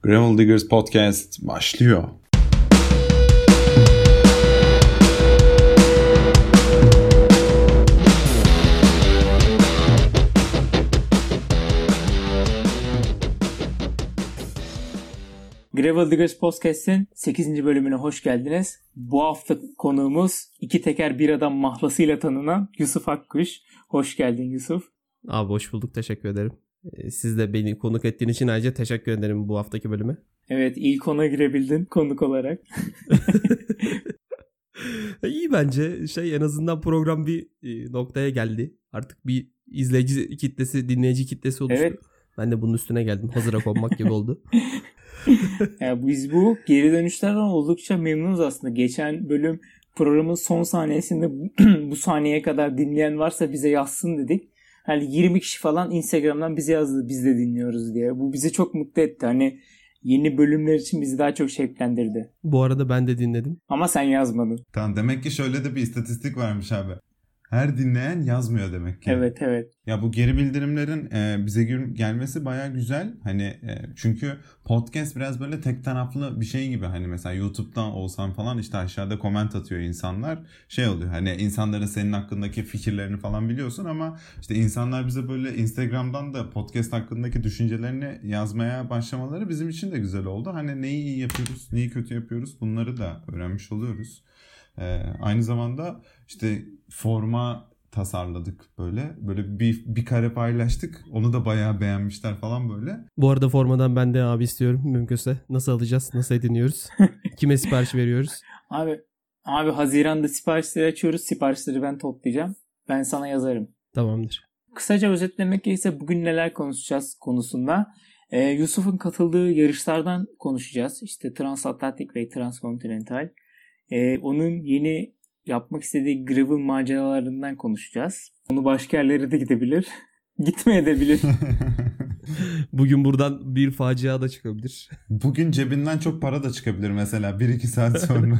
Gravel Diggers Podcast başlıyor. Gravel Diggers Podcast'in 8. bölümüne hoş geldiniz. Bu hafta konuğumuz iki teker bir adam mahlasıyla tanınan Yusuf Akkuş. Hoş geldin Yusuf. Abi hoş bulduk, teşekkür ederim. Siz de beni konuk ettiğin için ayrıca teşekkür ederim bu haftaki bölüme. Evet, ilk ona girebildin konuk olarak. İyi bence en azından program bir noktaya geldi. Artık bir izleyici kitlesi, dinleyici kitlesi oluştu. Evet. Ben de bunun üstüne geldim. Hazıra konmak gibi oldu. Yani biz bu geri dönüşlerden oldukça memnunuz aslında. Geçen bölüm programın son saniyesinde bu saniyeye kadar dinleyen varsa bize yazsın dedik. Hani 20 kişi falan Instagram'dan bize yazdı, biz de dinliyoruz diye. Bu bizi çok mutlu etti. Hani yeni bölümler için bizi daha çok şevklendirdi. Bu arada ben de dinledim. Ama sen yazmadın. Tamam, demek ki şöyle de bir istatistik varmış abi. Her dinleyen yazmıyor demek ki. Evet. Ya bu geri bildirimlerin bize gelmesi bayağı güzel. Hani çünkü podcast biraz böyle tek taraflı bir şey gibi. Hani mesela YouTube'dan olsan falan işte aşağıda comment atıyor insanlar. Oluyor, hani insanların senin hakkındaki fikirlerini falan biliyorsun ama işte insanlar bize böyle Instagram'dan da podcast hakkındaki düşüncelerini yazmaya başlamaları bizim için de güzel oldu. Hani neyi iyi yapıyoruz, neyi kötü yapıyoruz, bunları da öğrenmiş oluyoruz. Aynı zamanda işte forma tasarladık böyle bir kare paylaştık, onu da bayağı beğenmişler falan böyle. Bu arada formadan ben de abi istiyorum mümkünse. Nasıl alacağız, nasıl ediniyoruz, kime sipariş veriyoruz? Abi Haziran'da siparişleri açıyoruz, siparişleri ben toplayacağım, ben sana yazarım. Tamamdır. Kısaca özetlemek gerekirse bugün neler konuşacağız konusunda. Yusuf'un katıldığı yarışlardan konuşacağız. İşte Transatlantik ve Transkontinental. Onun yeni yapmak istediği gravel maceralarından konuşacağız. Onu başka yerlere de gidebilir. Gitmeyebilir. Bugün buradan bir facia da çıkabilir. Bugün cebinden çok para da çıkabilir mesela 1-2 saat sonra.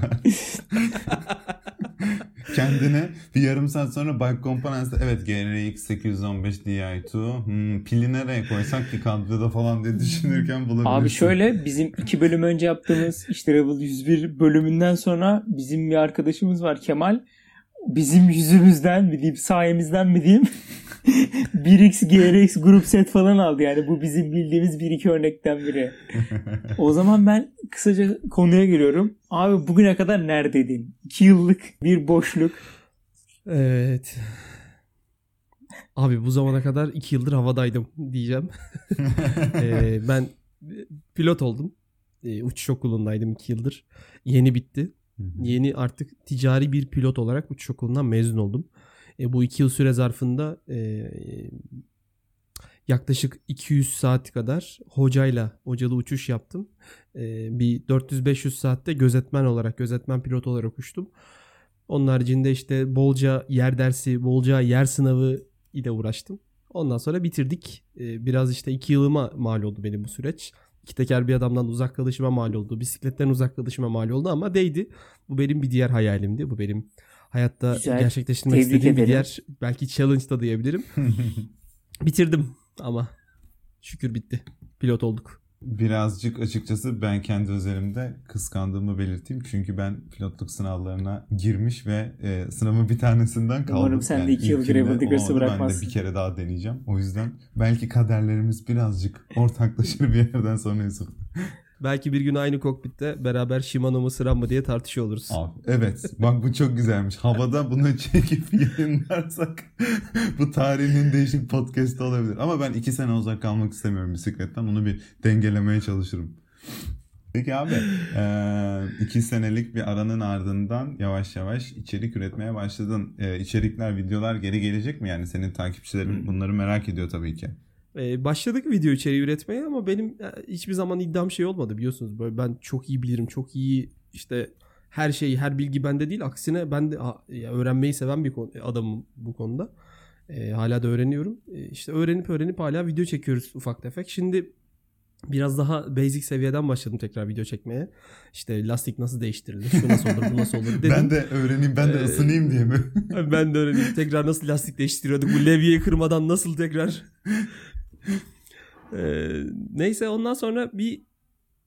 Kendine bir yarım saat sonra Bike Components'te evet GRX 815 Di2 pili nereye koysak ki kadroda falan diye düşünürken bulabilirsin. Abi şöyle, bizim 2 bölüm önce yaptığımız işte Gravel 101 bölümünden sonra bizim bir arkadaşımız var, Kemal. Bizim yüzümüzden mi diyeyim, sayemizden mi diyeyim 1X GRX grup set falan aldı. Yani bu bizim bildiğimiz 1-2 örnekten biri. O zaman ben kısaca konuya giriyorum. Abi bugüne kadar neredeydin? 2 yıllık bir boşluk. Evet. Abi bu zamana kadar 2 yıldır havadaydım diyeceğim. Ben pilot oldum. Uçuş okulundaydım 2 yıldır. Yeni bitti. Yeni artık ticari bir pilot olarak uçuş okulundan mezun oldum. Bu 2 yıl süre zarfında yaklaşık 200 saat kadar hocalı uçuş yaptım. Bir 400-500 saatte gözetmen pilot olarak uçtum. Onun haricinde işte bolca yer dersi, bolca yer sınavı ile uğraştım. Ondan sonra bitirdik. Biraz işte 2 yılıma mal oldu benim bu süreç. 2 teker bir adamdan uzak kalışıma mal oldu. Bisikletten uzak kalışıma mal oldu ama değdi. Bu benim bir diğer hayalimdi. Bu benim hayatta gerçekleştirmek istediğim bir diğer belki challenge da diyebilirim. Bitirdim ama şükür bitti. Pilot olduk. Birazcık açıkçası ben kendi özelimde kıskandığımı belirteyim. Çünkü ben pilotluk sınavlarına girmiş ve sınavın bir tanesinden kaldım. Umarım sen de 2 yıl Gravel Diggers'ı bırakmazsın. Ben de bir kere daha deneyeceğim. O yüzden belki kaderlerimiz birazcık ortaklaşır bir yerden sonra Yusuf. Belki bir gün aynı kokpitte beraber Shimano mı Sıram mı diye tartışıyor oluruz. Abi, evet. Bak bu çok güzelmiş. Havada bunu çekip yayınlarsak bu tarihin değişik podcast'ı olabilir. Ama ben 2 sene uzak kalmak istemiyorum bisikletten. Onu bir dengelemeye çalışırım. Peki abi 2 senelik bir aranın ardından yavaş yavaş içerik üretmeye başladın. İçerikler, videolar geri gelecek mi? Yani senin takipçilerin bunları merak ediyor tabii ki. Başladık video içeriği üretmeye ama benim hiçbir zaman iddiam olmadı biliyorsunuz. Böyle ben çok iyi bilirim, çok iyi işte her bilgi bende değil. Aksine ben de öğrenmeyi seven bir adamım bu konuda. Hala da öğreniyorum. İşte öğrenip hala video çekiyoruz ufak tefek. Şimdi biraz daha basic seviyeden başladım tekrar video çekmeye. İşte lastik nasıl değiştirilir, şu nasıl olur, bu nasıl olur dedim. Ben de öğreneyim, ben de ısınayım diye mi? Ben de öğreneyim. Tekrar nasıl lastik değiştiriyorduk, bu levyeyi kırmadan nasıl tekrar... Neyse ondan sonra bir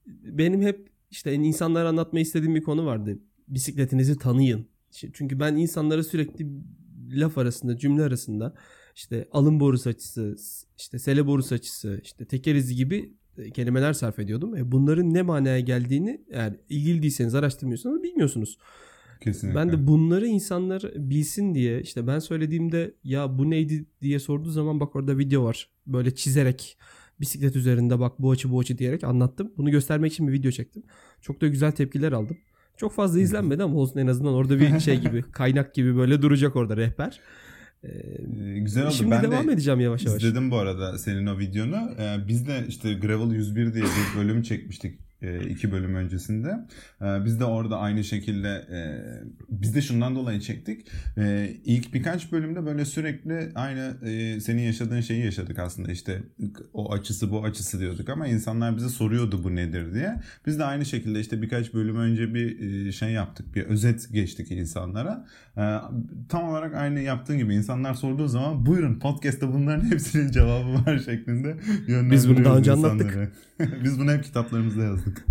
benim hep işte insanlara anlatmayı istediğim bir konu vardı. Bisikletinizi tanıyın. Çünkü ben insanlara sürekli laf arasında, cümle arasında işte alın borusu açısı, işte sele borusu açısı, işte teker izi gibi kelimeler sarf ediyordum. Bunların ne manaya geldiğini eğer ilgili değilseniz, araştırmıyorsanız bilmiyorsunuz. Kesinlikle. Ben de bunları insanlar bilsin diye işte ben söylediğimde ya bu neydi diye sorduğu zaman bak orada video var. Böyle çizerek bisiklet üzerinde bak bu açı diyerek anlattım. Bunu göstermek için bir video çektim. Çok da güzel tepkiler aldım. Çok fazla izlenmedi ama olsun, en azından orada bir şey gibi, kaynak gibi böyle duracak orada rehber. Güzel oldu. Şimdi ben devam edeceğim yavaş yavaş. İzledim bu arada senin o videonu. Biz de işte Gravel 101 diye bir bölüm çekmiştik 2 bölüm öncesinde. Biz de orada aynı şekilde biz de şundan dolayı çektik. İlk birkaç bölümde böyle sürekli aynı senin yaşadığın şeyi yaşadık aslında. İşte o açısı bu açısı diyorduk ama insanlar bize soruyordu bu nedir diye. Biz de aynı şekilde işte birkaç bölüm önce bir şey yaptık. Bir özet geçtik insanlara. Tam olarak aynı yaptığın gibi insanlar sorduğu zaman buyurun podcast'ta bunların hepsinin cevabı var şeklinde yönlendiriyoruz. Biz bunu daha önce insanları. anlattık. Biz bunu hep kitaplarımızda yazdık.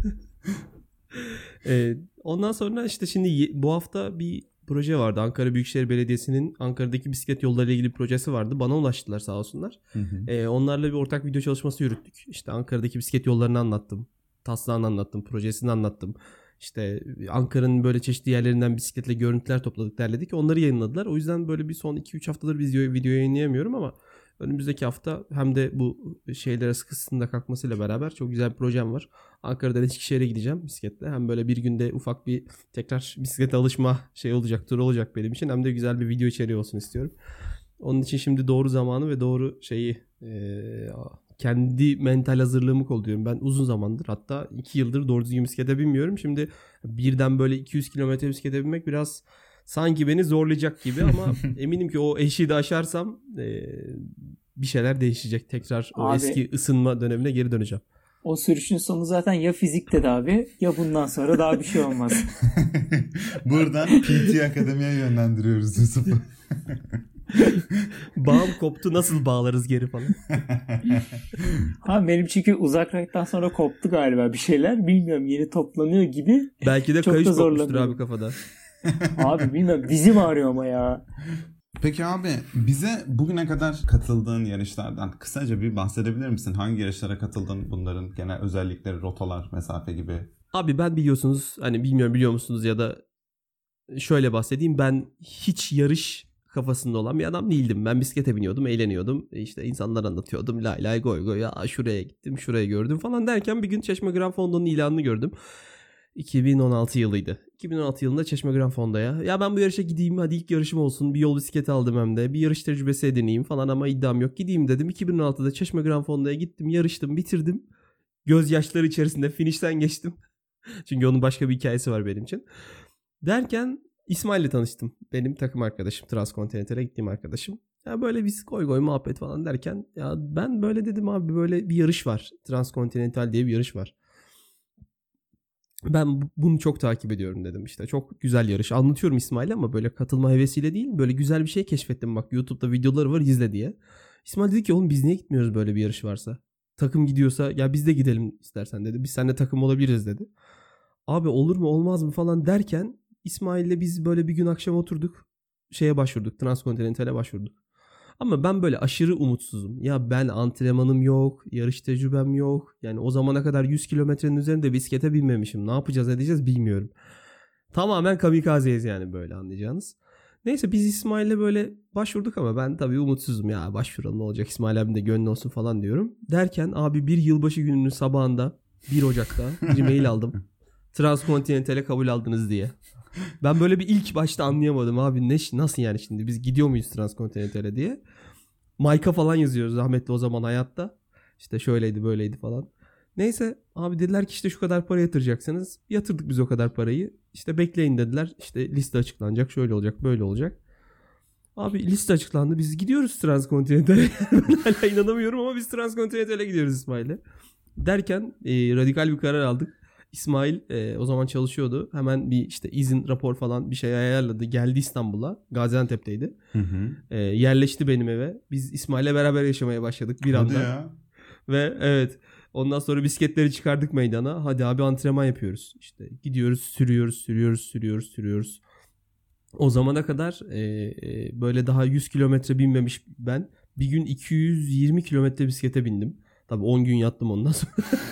Ondan sonra işte şimdi bu hafta bir proje vardı. Ankara Büyükşehir Belediyesi'nin Ankara'daki bisiklet yolları ile ilgili bir projesi vardı. Bana ulaştılar sağ olsunlar. Onlarla bir ortak video çalışması yürüttük. İşte Ankara'daki bisiklet yollarını anlattım. Taslağını anlattım. Projesini anlattım. İşte Ankara'nın böyle çeşitli yerlerinden bisikletle görüntüler topladık, derledik. Onları yayınladılar. O yüzden böyle bir son 2-3 haftadır video yayınlayamıyorum ama önümüzdeki hafta hem de bu şeylere sıkısında kalkmasıyla beraber çok güzel bir projem var. Ankara'dan Eskişehir'e gideceğim bisikletle. Hem böyle bir günde ufak bir tekrar bisiklete alışma şey olacak, tur olacak benim için. Hem de güzel bir video içeriği olsun istiyorum. Onun için şimdi doğru zamanı ve doğru şeyi kendi mental hazırlığımı kolluyorum. Ben uzun zamandır, hatta 2 yıldır doğru düzgün bisiklete binmiyorum. Şimdi birden böyle 200 kilometre bisiklete binmek biraz sanki beni zorlayacak gibi ama eminim ki o eşiği de aşarsam bir şeyler değişecek. Tekrar o abi, eski ısınma dönemine geri döneceğim. O sürüşün sonu zaten ya fizik tedavi ya bundan sonra daha bir şey olmaz. Buradan PT Akademi'ye yönlendiriyoruz Yusuf'u. Bağım koptu, nasıl bağlarız geri falan. Ha benim çünkü uzak raydan sonra koptu galiba bir şeyler. Bilmiyorum, yeni toplanıyor gibi. Belki de çok kayış da kopmuştur abi kafada. Abi bilmiyorum, dizim ağrıyor ama ya. Peki abi, bize bugüne kadar katıldığın yarışlardan kısaca bir bahsedebilir misin? Hangi yarışlara katıldın? Bunların genel özellikleri, rotalar, mesafe gibi. Abi ben biliyorsunuz, hani bilmiyorum biliyor musunuz ya da şöyle bahsedeyim, ben hiç yarış kafasında olan bir adam değildim. Ben bisiklete biniyordum, eğleniyordum. İşte insanlar anlatıyordum. Lay lay goy goy, ya şuraya gittim, şuraya gördüm falan derken bir gün Çeşme Grand Fondo'nun ilanını gördüm. 2016 yılıydı. 2016 yılında Çeşme Grand Fondo'ya. Ya ben bu yarışa gideyim, hadi ilk yarışım olsun. Bir yol bisikleti aldım hem de. Bir yarış tecrübesi edineyim falan ama iddiam yok. Gideyim dedim. 2016'da Çeşme Grand Fondo'ya gittim, yarıştım, bitirdim. Gözyaşları içerisinde finişten geçtim. Çünkü onun başka bir hikayesi var benim için. Derken İsmail'le tanıştım. Benim takım arkadaşım. Transkontinental'e gittiğim arkadaşım. Ya böyle biz goy goy muhabbet falan derken ya ben böyle dedim abi, böyle bir yarış var. Transkontinental diye bir yarış var. Ben bunu çok takip ediyorum dedim işte. Çok güzel yarış. Anlatıyorum İsmail'e ama böyle katılma hevesiyle değil. Böyle güzel bir şey keşfettim, bak YouTube'da videoları var, izle diye. İsmail dedi ki oğlum biz niye gitmiyoruz böyle bir yarış varsa? Takım gidiyorsa ya biz de gidelim istersen dedi. Biz seninle takım olabiliriz dedi. Abi olur mu olmaz mı falan derken İsmail'le biz böyle bir gün akşam oturduk. Şeye başvurduk. Transkontinental'e başvurduk. Ama ben böyle aşırı umutsuzum. Ya ben antrenmanım yok, yarış tecrübem yok. Yani o zamana kadar 100 kilometrenin üzerinde bisiklete binmemişim. Ne yapacağız edeceğiz bilmiyorum. Tamamen kamikazeyiz yani, böyle anlayacağınız. Neyse biz İsmail'le böyle başvurduk ama ben tabii umutsuzum. Ya başvuralım ne olacak, İsmail abim de gönlü olsun falan diyorum. Derken abi bir yılbaşı gününün sabahında 1 Ocak'ta bir mail aldım. Transkontinental'e kabul aldınız diye. Ben böyle bir ilk başta anlayamadım abi, nasıl yani, şimdi biz gidiyor muyuz Transkontinental'e diye. Mike'a falan yazıyoruz rahmetli o zaman hayatta. İşte şöyleydi böyleydi falan. Neyse abi dediler ki işte şu kadar para yatıracaksınız. Yatırdık biz o kadar parayı. İşte bekleyin dediler. İşte liste açıklanacak, şöyle olacak, böyle olacak. Abi liste açıklandı. Biz gidiyoruz Transkontinental'e. Ben hala inanamıyorum ama biz Transkontinental'e gidiyoruz İsmail'le. Derken radikal bir karar aldık. İsmail o zaman çalışıyordu. Hemen bir işte izin, rapor falan bir şey ayarladı. Geldi İstanbul'a. Gaziantep'teydi. Yerleşti benim eve. Biz İsmail'le beraber yaşamaya başladık bir anda. Hadi ya. Ve evet, Ondan sonra bisikletleri çıkardık meydana. Hadi abi antrenman yapıyoruz. İşte gidiyoruz, sürüyoruz. O zamana kadar böyle daha 100 kilometre binmemiş ben. Bir gün 220 kilometre bisiklete bindim. Tabii 10 gün yattım ondan sonra.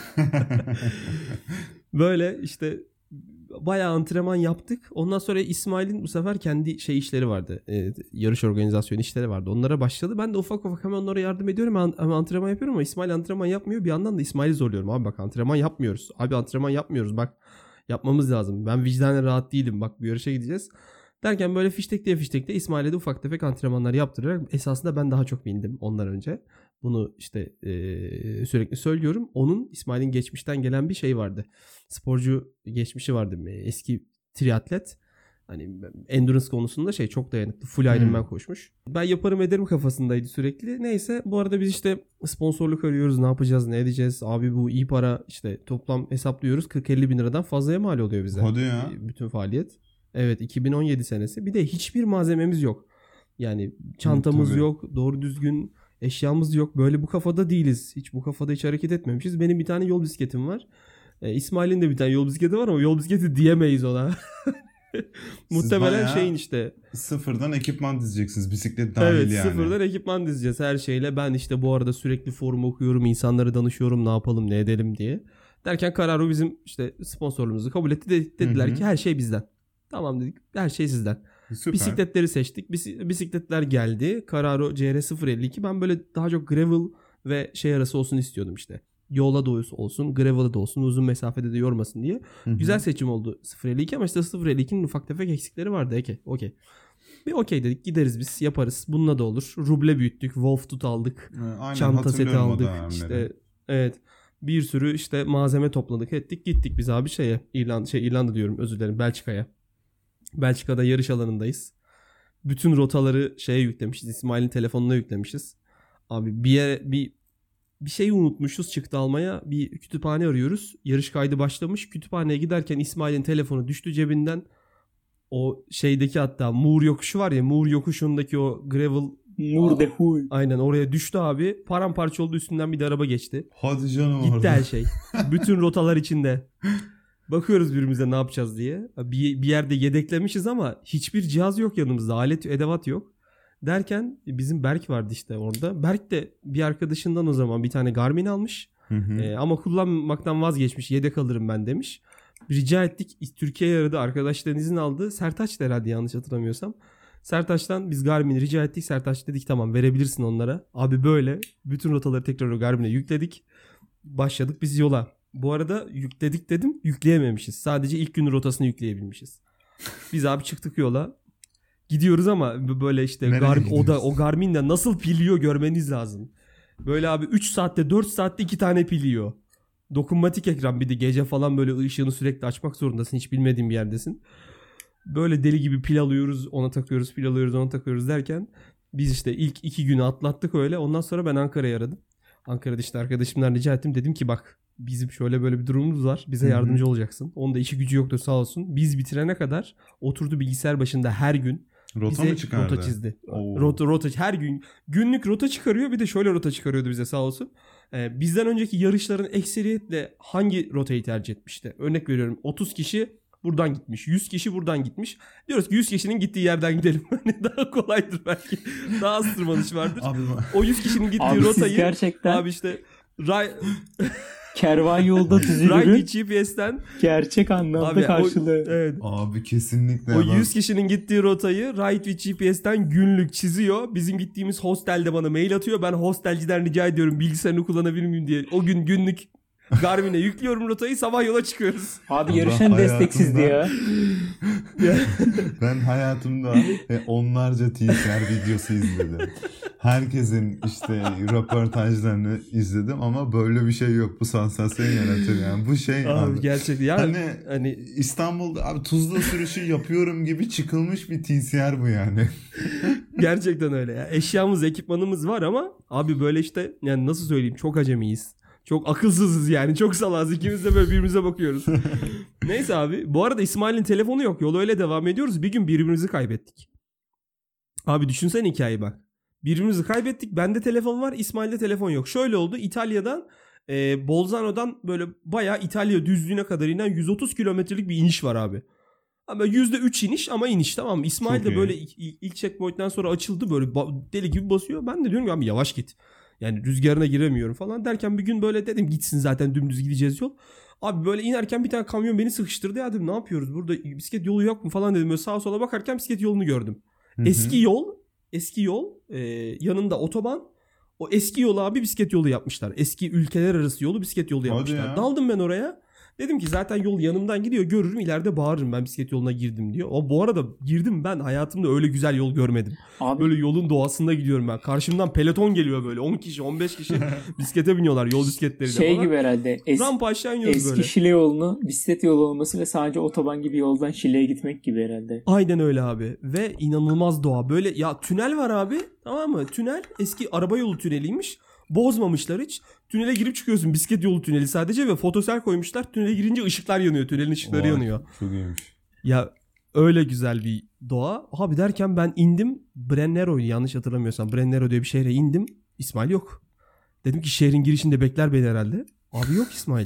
Böyle işte bayağı antrenman yaptık. Ondan sonra İsmail'in bu sefer kendi işleri vardı. Yarış organizasyonu işleri vardı. Onlara başladı. Ben de ufak hemen onlara yardım ediyorum. Ama antrenman yapıyorum ama İsmail antrenman yapmıyor. Bir yandan da İsmail'i zorluyorum. Abi bak antrenman yapmıyoruz. Abi antrenman yapmıyoruz. Bak yapmamız lazım. Ben vicdanen rahat değilim. Bak bir yarışa gideceğiz. Derken böyle fiştekte İsmail'e de ufak tefek antrenmanlar yaptırarak esasında ben daha çok bindim ondan önce. Bunu işte sürekli söylüyorum. Onun İsmail'in geçmişten gelen bir şey vardı. Sporcu geçmişi vardı. Eski triatlet. Hani endurance konusunda çok dayanıklı. Full Ironman koşmuş. Ben yaparım ederim kafasındaydı sürekli. Neyse bu arada biz işte sponsorluk arıyoruz. Ne yapacağız, ne edeceğiz? Abi bu iyi para işte toplam hesaplıyoruz. 40-50 bin liradan fazlaya mal oluyor bize. Hadi ya. Bütün faaliyet. Evet 2017 senesi. Bir de hiçbir malzememiz yok. Yani çantamız Tabii. yok. Doğru düzgün eşyamız yok. Böyle bu kafada değiliz. Bu kafada hiç hareket etmemişiz. Benim bir tane yol bisikletim var. İsmail'in de bir tane yol bisikleti var ama yol bisikleti diyemeyiz ona. Muhtemelen işte. Sıfırdan ekipman dizeceksiniz. Bisiklet dahil evet, yani. Sıfırdan ekipman dizeceğiz her şeyle. Ben işte bu arada sürekli forum okuyorum. İnsanlara danışıyorum ne yapalım ne edelim diye. Derken Kararo bizim işte sponsorluğumuzu kabul etti. Dediler ki her şey bizden. Tamam dedik. Her şey sizden. Süper. Bisikletleri seçtik. Bisikletler geldi. Kararo CR052. Ben böyle daha çok gravel ve arası olsun istiyordum işte. Yola da olsun, gravel'da da olsun, uzun mesafede de yormasın diye. Güzel seçim oldu 052 ama işte 052'nin ufak tefek eksikleri vardı. Okey. Bir okey dedik, gideriz biz, yaparız. Bununla da olur. Ruble büyüttük, Wolf Tut aldık. Aynen, çanta seti aldık. İşte evet. Bir sürü işte malzeme topladık, ettik, gittik biz abi İrlanda diyorum, özür dilerim, Belçika'ya. Belçika'da yarış alanındayız. Bütün rotaları yüklemişiz. İsmail'in telefonuna yüklemişiz. Abi bir şey unutmuşuz, çıktı almaya. Bir kütüphane arıyoruz. Yarış kaydı başlamış. Kütüphaneye giderken İsmail'in telefonu düştü cebinden. O hatta Moor yokuşu var ya, Moor yokuşundaki o gravel Moor de Huy. Aynen oraya düştü abi. Paramparça oldu, üstünden bir de araba geçti. Hadi canım. Gitti orada. her şey. Bütün rotalar içinde. Bakıyoruz birbirimize ne yapacağız diye. Bir yerde yedeklemişiz ama hiçbir cihaz yok yanımızda. Alet, edevat yok. Derken bizim Berk vardı işte orada. Berk de bir arkadaşından o zaman bir tane Garmin almış. Ama kullanmaktan vazgeçmiş. Yedek alırım ben demiş. Rica ettik. Türkiye'ye aradı. Arkadaşların izin aldı. Sertaç da herhalde, yanlış hatırlamıyorsam. Sertaç'tan biz Garmin'i rica ettik. Sertaç dedik tamam verebilirsin onlara. Abi böyle bütün rotaları tekrar o Garmin'e yükledik. Başladık biz yola. Bu arada yükledik dedim, yükleyememişiz. Sadece ilk günün rotasını yükleyebilmişiz. Biz abi çıktık yola. Gidiyoruz ama böyle işte o Garmin'de nasıl piliyor görmeniz lazım. Böyle abi 3 saatte 4 saatte 2 tane piliyor. Dokunmatik ekran, bir de gece falan böyle ışığını sürekli açmak zorundasın. Hiç bilmediğin bir yerdesin. Böyle deli gibi pil alıyoruz, ona takıyoruz, pil alıyoruz, ona takıyoruz derken biz işte ilk 2 günü atlattık öyle. Ondan sonra ben Ankara'yı aradım. Ankara'da işte arkadaşımdan rica ettim. Dedim ki bak bizim şöyle böyle bir durumumuz var. Bize yardımcı olacaksın. Onun da işi gücü yoktu sağ olsun. Biz bitirene kadar oturdu bilgisayar başında her gün. Rota mı çıkardı? Rota çizdi. Rota her gün. Günlük rota çıkarıyor. Bir de şöyle rota çıkarıyordu bize sağ olsun. Bizden önceki yarışların ekseriyetle hangi rotayı tercih etmişti? Örnek veriyorum 30 kişi buradan gitmiş. 100 kişi buradan gitmiş. Diyoruz ki 100 kişinin gittiği yerden gidelim. Hani daha kolaydır belki. Daha az tırmanış vardır. Abi, o 100 kişinin gittiği abi rotayı gerçekten abi işte kervan yolda düzülürün GPS'ten gerçek anlamda abi, karşılığı. Evet. Abi kesinlikle. O 100 kişinin gittiği rotayı Ride with GPS'ten günlük çiziyor. Bizim gittiğimiz hostelde bana mail atıyor. Ben hostelciden rica ediyorum bilgisayarını kullanabilir miyim diye. O gün günlük Garmin'e yüklüyorum rotayı, sabah yola çıkıyoruz. Abi yarışan desteksizdi ya. Ben hayatımda onlarca teaser videosu izledim. Herkesin işte röportajlarını izledim ama böyle bir şey yok. Bu sansasyon yaratır yani. Bu abi gerçekten. Yani, hani İstanbul'da abi Tuzla sürüşü yapıyorum gibi çıkılmış bir teaser bu yani. Gerçekten öyle ya. Eşyamız, ekipmanımız var ama abi böyle işte yani nasıl söyleyeyim, çok acemiyiz. Çok akılsızız yani. Çok salaz. İkimiz de böyle birbirimize bakıyoruz. Neyse abi. Bu arada İsmail'in telefonu yok. Yola öyle devam ediyoruz. Bir gün birbirimizi kaybettik. Abi düşünsene hikayeyi bak. Birbirimizi kaybettik. Bende telefon var. İsmail'de telefon yok. Şöyle oldu. İtalya'dan Bolzano'dan böyle bayağı İtalya düzlüğüne kadar inen 130 kilometrelik bir iniş var abi. Ama %3 iniş ama iniş, tamam mı? İsmail Çok de iyi. böyle ilk checkpoint'ten sonra açıldı, böyle deli gibi basıyor. Ben de diyorum ki abi yavaş git. Yani rüzgarına giremiyorum falan derken bir gün böyle dedim gitsin, zaten dümdüz gideceğiz yol. Abi böyle inerken bir tane kamyon beni sıkıştırdı. Ya dedim ne yapıyoruz burada, bisiklet yolu yok mu falan dedim. Böyle sağa sola bakarken bisiklet yolunu gördüm. Hı hı. Eski yol yanında otoban. O eski yolu abi bisiklet yolu yapmışlar. Eski ülkeler arası yolu bisiklet yolu Hadi yapmışlar. ya. Daldım ben oraya. Dedim ki zaten yol yanımdan gidiyor, görürüm ileride bağırırım ben bisiklet yoluna girdim diyor. O bu arada girdim, ben hayatımda öyle güzel yol görmedim. Abi Böyle yolun doğasında gidiyorum ben. Karşımdan peloton geliyor böyle 10 kişi 15 kişi bisiklete biniyorlar yol bisikletleriyle şey falan. gibi herhalde. Rampa aşağı iniyoruz Eski böyle. Şile yolunu bisiklet yolu olması ve sadece otoban gibi yoldan Şile'ye gitmek gibi herhalde. Aynen öyle abi. Ve inanılmaz doğa. Böyle ya tünel var abi. Tamam mı? Tünel eski araba yolu tüneliymiş. Bozmamışlar hiç. Tünele girip çıkıyorsun. Bisiklet yolu tüneli sadece ve fotosel koymuşlar. Tünele girince ışıklar yanıyor. Tünelin ışıkları Vay, yanıyor. Çok iyiymiş. Ya öyle güzel bir doğa. Abi derken ben indim. Brennero'yu yanlış hatırlamıyorsam. Brennero diye bir şehre indim. İsmail yok. Dedim ki şehrin girişinde bekler beni herhalde. Abi yok İsmail.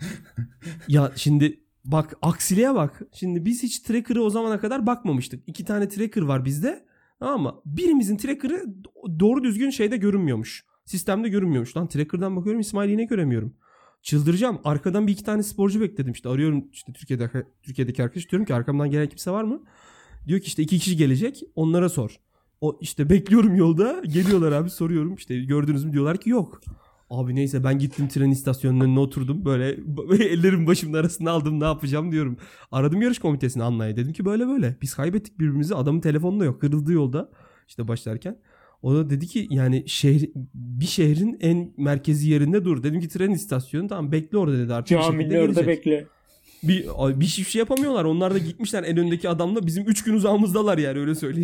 Ya şimdi bak aksiliğe bak. Şimdi biz hiç tracker'ı o zamana kadar bakmamıştık. 2 tane tracker var bizde. Ama birimizin tracker'ı doğru düzgün şeyde görünmüyormuş. Sistemde görünmüyormuş. Lan tracker'dan bakıyorum İsmail'i yine göremiyorum. Çıldıracağım. Arkadan bir iki tane sporcu bekledim işte. Arıyorum işte Türkiye'deki arkadaş. Diyorum ki arkamdan gelen kimse var mı? Diyor ki işte 2 kişi gelecek. Onlara sor. O işte bekliyorum yolda. Geliyorlar abi, soruyorum. İşte gördünüz mü, diyorlar ki yok. Abi neyse ben gittim tren istasyonunun önüne oturdum. Böyle ellerim başımın arasında aldım, ne yapacağım diyorum. Aradım yarış komitesini anlayın. Dedim ki böyle böyle. Biz kaybettik birbirimizi. Adamın telefonu da yok. Kırıldı yolda. İşte başlarken. O da dedi ki yani bir şehrin en merkezi yerinde dur. Dedim ki tren istasyonu, tamam bekle orada dedi, artık bir Caminin şekilde orada gelecek. bekle. Bir şey yapamıyorlar. Onlar da gitmişler en öndeki adamla, bizim 3 gün uzağımızdalar yani, öyle söyleyeyim.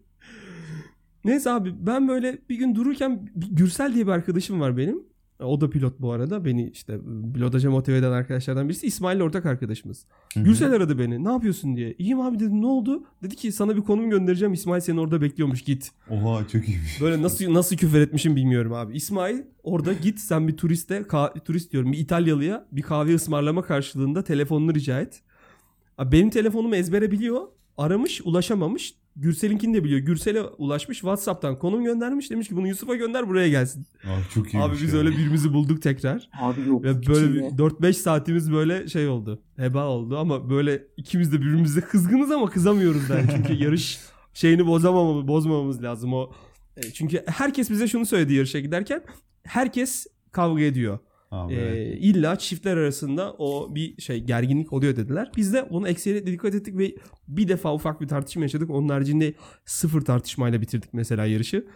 Neyse abi ben böyle bir gün dururken Gürsel diye bir arkadaşım var benim. O da pilot bu arada. Beni işte pilotaja motive eden arkadaşlardan birisi. İsmail'le ortak arkadaşımız. Hı hı. Gürsel aradı beni. Ne yapıyorsun diye. İyiyim abi dedim, ne oldu? Dedi ki sana bir konum göndereceğim. İsmail seni orada bekliyormuş, git. Oha çok iyiymiş. Böyle nasıl küfür etmişim bilmiyorum abi. İsmail orada git sen bir turist diyorum, bir İtalyalıya bir kahve ısmarlama karşılığında telefonunu rica et. Abi benim telefonumu ezbere biliyor. Aramış, ulaşamamış. Gürsel'inkini de biliyor. Gürsel'e ulaşmış. WhatsApp'tan konum göndermiş. Demiş ki bunu Yusuf'a gönder, buraya gelsin. Abi çok iyiymiş. Abi biz ya. öyle birbirimizi bulduk tekrar. Abi yok. Ve böyle içinde. 4-5 saatimiz böyle şey oldu. Heba oldu ama böyle ikimiz de birbirimize kızgınız ama kızamıyoruz da. Çünkü yarış şeyini bozmamamız lazım o. Çünkü herkes bize şunu söyledi yarışa giderken. Herkes kavga ediyor. Abi. İlla çiftler arasında o bir şey gerginlik oluyor dediler. Biz de bunu ekseriyetle dikkat ettik ve bir defa ufak bir tartışma yaşadık. Onun haricinde 0 tartışmayla bitirdik mesela yarışı.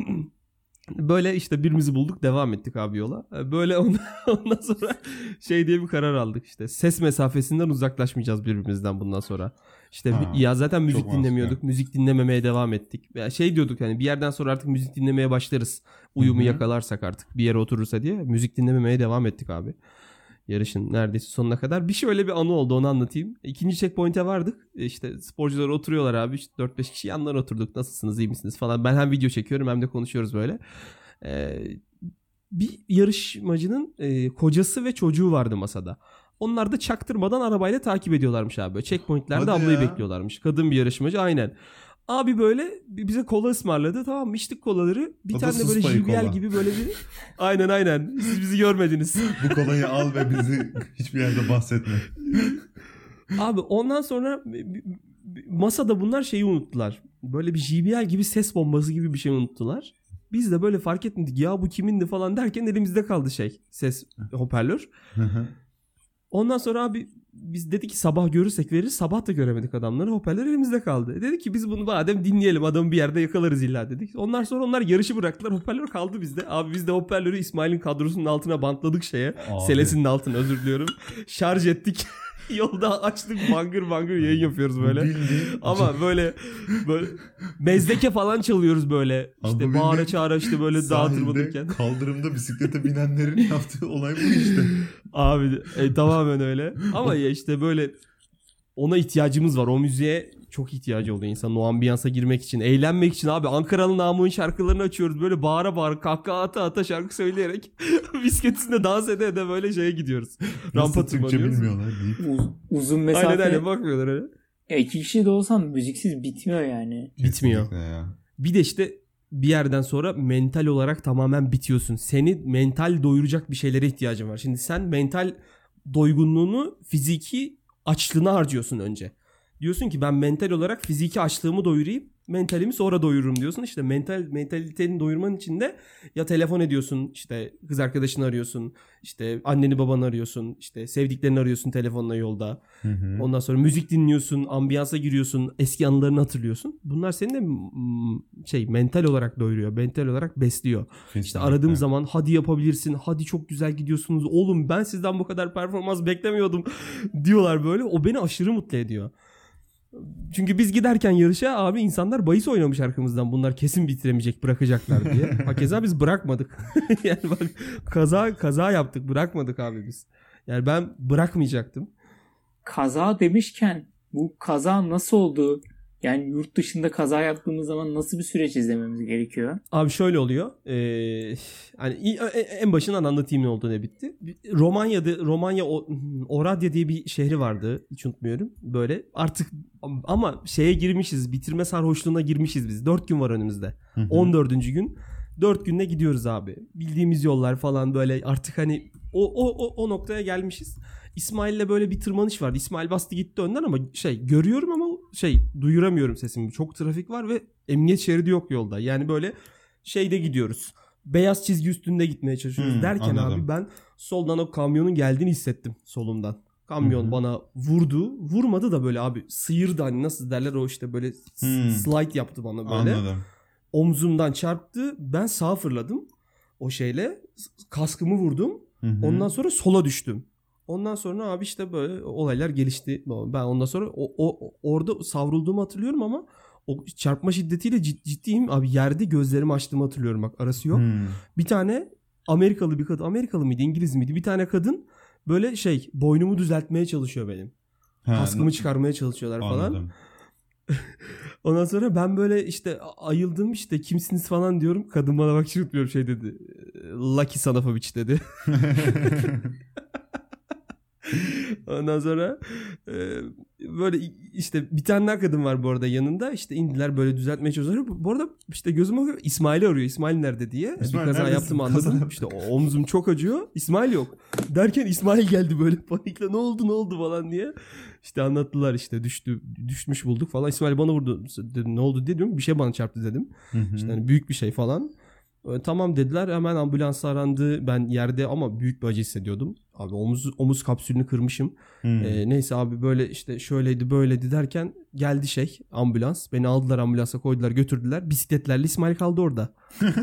Böyle işte birbirimizi bulduk, devam ettik abi yola. Böyle ondan sonra şey diye bir karar aldık işte. Ses mesafesinden uzaklaşmayacağız birbirimizden bundan sonra. İşte ya zaten müzik dinlemiyorduk. Müzik dinlememeye devam ettik. Ya şey diyorduk hani bir yerden sonra artık müzik dinlemeye başlarız. Uyumu yakalarsak artık bir yere oturursa diye müzik dinlememeye devam ettik abi. Yarışın neredeyse sonuna kadar. Bir şöyle bir anı oldu, onu anlatayım. 2. checkpoint'e vardık. İşte sporcular oturuyorlar abi. İşte 4-5 kişi yanlarına oturduk. Nasılsınız, iyi misiniz falan. Ben hem video çekiyorum hem de konuşuyoruz böyle. Bir yarışmacının kocası ve çocuğu vardı masada. Onlar da çaktırmadan arabayla takip ediyorlarmış abi. Böyle checkpoint'lerde Hadi ablayı ya. bekliyorlarmış. Kadın bir yarışmacı aynen. Abi böyle bize kola ısmarladı, tamam mı? İçtik kolaları. Bir O da tane de böyle Suspa'yı JBL kola. gibi böyle bir... Aynen. Siz bizi görmediniz. Bu kolayı al ve bizi hiçbir yerde bahsetme. Abi ondan sonra masada bunlar şeyi unuttular. Böyle bir JBL gibi ses bombası gibi bir şey unuttular. Biz de böyle fark etmedik. Ya bu kimindi falan derken elimizde kaldı ses hoparlör. Ondan sonra abi biz dedik ki sabah görürsek veririz. Sabah da göremedik adamları. Hoparlör elimizde kaldı. Dedik ki biz bunu madem dinleyelim, adamı bir yerde yakalarız illa dedik. Ondan sonra onlar yarışı bıraktılar. Hoparlör kaldı bizde. Abi biz de hoparlörü İsmail'in kadrosunun altına bantladık şeye. Abi. Selesinin altına, özür diliyorum. Şarj ettik. Yolda açtık, bangır yayın yapıyoruz böyle. Bildiğin. Ama böyle mezdeke falan çalıyoruz böyle. İşte Abi bağıra bildiğin çağıra işte böyle dağa Sahilde tırmanırken. kaldırımda bisiklete binenlerin yaptığı olay bu işte. Abi tamamen öyle. Ama ya işte böyle ona ihtiyacımız var. O müziğe çok ihtiyacı oluyor insanın o ambiyansa girmek için. Eğlenmek için abi. Ankaralı Namık'ın şarkılarını açıyoruz. Böyle bağıra bağıra kahkaha ata ata şarkı söyleyerek bisiklet üstünde dans ede de böyle şeye gidiyoruz. Rampa tırmanıyoruz. Bilmiyorlar deyip. Uzun mesafe. Aynen bakmıyorlar öyle. 2 kişi de olsan müziksiz bitmiyor yani. Bitmiyor. Ya. Bir de işte bir yerden sonra mental olarak tamamen bitiyorsun. Seni mental doyuracak bir şeylere ihtiyacın var. Şimdi sen mental doygunluğunu fiziki açlığına harcıyorsun önce. Diyorsun ki ben mental olarak fiziki açlığımı doyurayım. Mentalimi sonra doyururum diyorsun. İşte mentaliteni doyurman için de ya telefon ediyorsun, işte kız arkadaşını arıyorsun, işte anneni babanı arıyorsun, işte sevdiklerini arıyorsun telefonla yolda. Ondan sonra müzik dinliyorsun, ambiyansa giriyorsun, eski anılarını hatırlıyorsun. Bunlar seni de mental olarak doyuruyor, mental olarak besliyor. Kesinlikle. İşte aradığım zaman hadi yapabilirsin, hadi çok güzel gidiyorsunuz. Oğlum ben sizden bu kadar performans beklemiyordum diyorlar böyle. O beni aşırı mutlu ediyor. Çünkü biz giderken yarışa abi insanlar bahis oynamış arkamızdan. Bunlar kesin bitiremeyecek, bırakacaklar diye. Hakeza biz bırakmadık. Yani bak kaza yaptık, bırakmadık abi biz. Yani ben bırakmayacaktım. Kaza demişken bu kaza nasıl oldu? Yani yurt dışında kaza yaptığımız zaman nasıl bir süreç izlememiz gerekiyor? Abi şöyle oluyor. Hani en başından anlatayım ne oldu ne bitti. Romanya Oradya diye bir şehri vardı. Hiç unutmuyorum. Böyle artık ama şeye girmişiz. Bitirme sarhoşluğuna girmişiz biz. 4 gün var önümüzde. 14. gün. 4 günde gidiyoruz abi. Bildiğimiz yollar falan böyle artık hani o noktaya gelmişiz. İsmail'le böyle bir tırmanış vardı. İsmail bastı gitti önden ama görüyorum ama duyuramıyorum sesimi. Çok trafik var ve emniyet şeridi yok yolda. Yani böyle şeyde gidiyoruz. Beyaz çizgi üstünde gitmeye çalışıyoruz derken anladım. Abi ben soldan o kamyonun geldiğini hissettim solumdan. Kamyon bana vurdu. Vurmadı da böyle abi sıyırdı hani nasıl derler o işte böyle slide yaptı bana böyle. Anladım. Omzumdan çarptı. Ben sağa fırladım. O şeyle kaskımı vurdum. Ondan sonra sola düştüm. Ondan sonra abi işte böyle olaylar gelişti. Ben ondan sonra orada savrulduğumu hatırlıyorum ama o çarpma şiddetiyle ciddiyim. Abi yerde gözlerimi açtığımı hatırlıyorum bak arası yok. Bir tane Amerikalı bir kadın. Amerikalı mıydı İngiliz miydi? Bir tane kadın böyle boynumu düzeltmeye çalışıyor benim. Kaskımı çıkarmaya çalışıyorlar falan. Anladım. Ondan sonra ben böyle işte ayıldım işte kimsiniz falan diyorum. Kadın bana bak çırpmıyorum dedi. Lucky son of a bitch dedi. Ondan sonra böyle işte bir tane daha kadın var bu arada yanında. İşte indiler böyle düzeltmeye çalışıyorlar. Bu arada işte gözüme bakıyor İsmail'i arıyor. İsmail nerede diye. İsmail bir kaza yaptım anladım. İşte omzum çok acıyor. İsmail yok. Derken İsmail geldi böyle panikle ne oldu falan diye. İşte anlattılar işte düşmüş bulduk falan. İsmail bana vurdu dedim ne oldu dedim. Bir şey bana çarptı dedim. İşte hani büyük bir şey falan. Tamam dediler hemen ambulans arandı. Ben yerde ama büyük bir acı hissediyordum. Abi omuz kapsülünü kırmışım. Neyse abi böyle işte şöyleydi böyleydi derken geldi ambulans. Beni aldılar ambulansa koydular götürdüler. Bisikletlerle İsmail kaldı orada.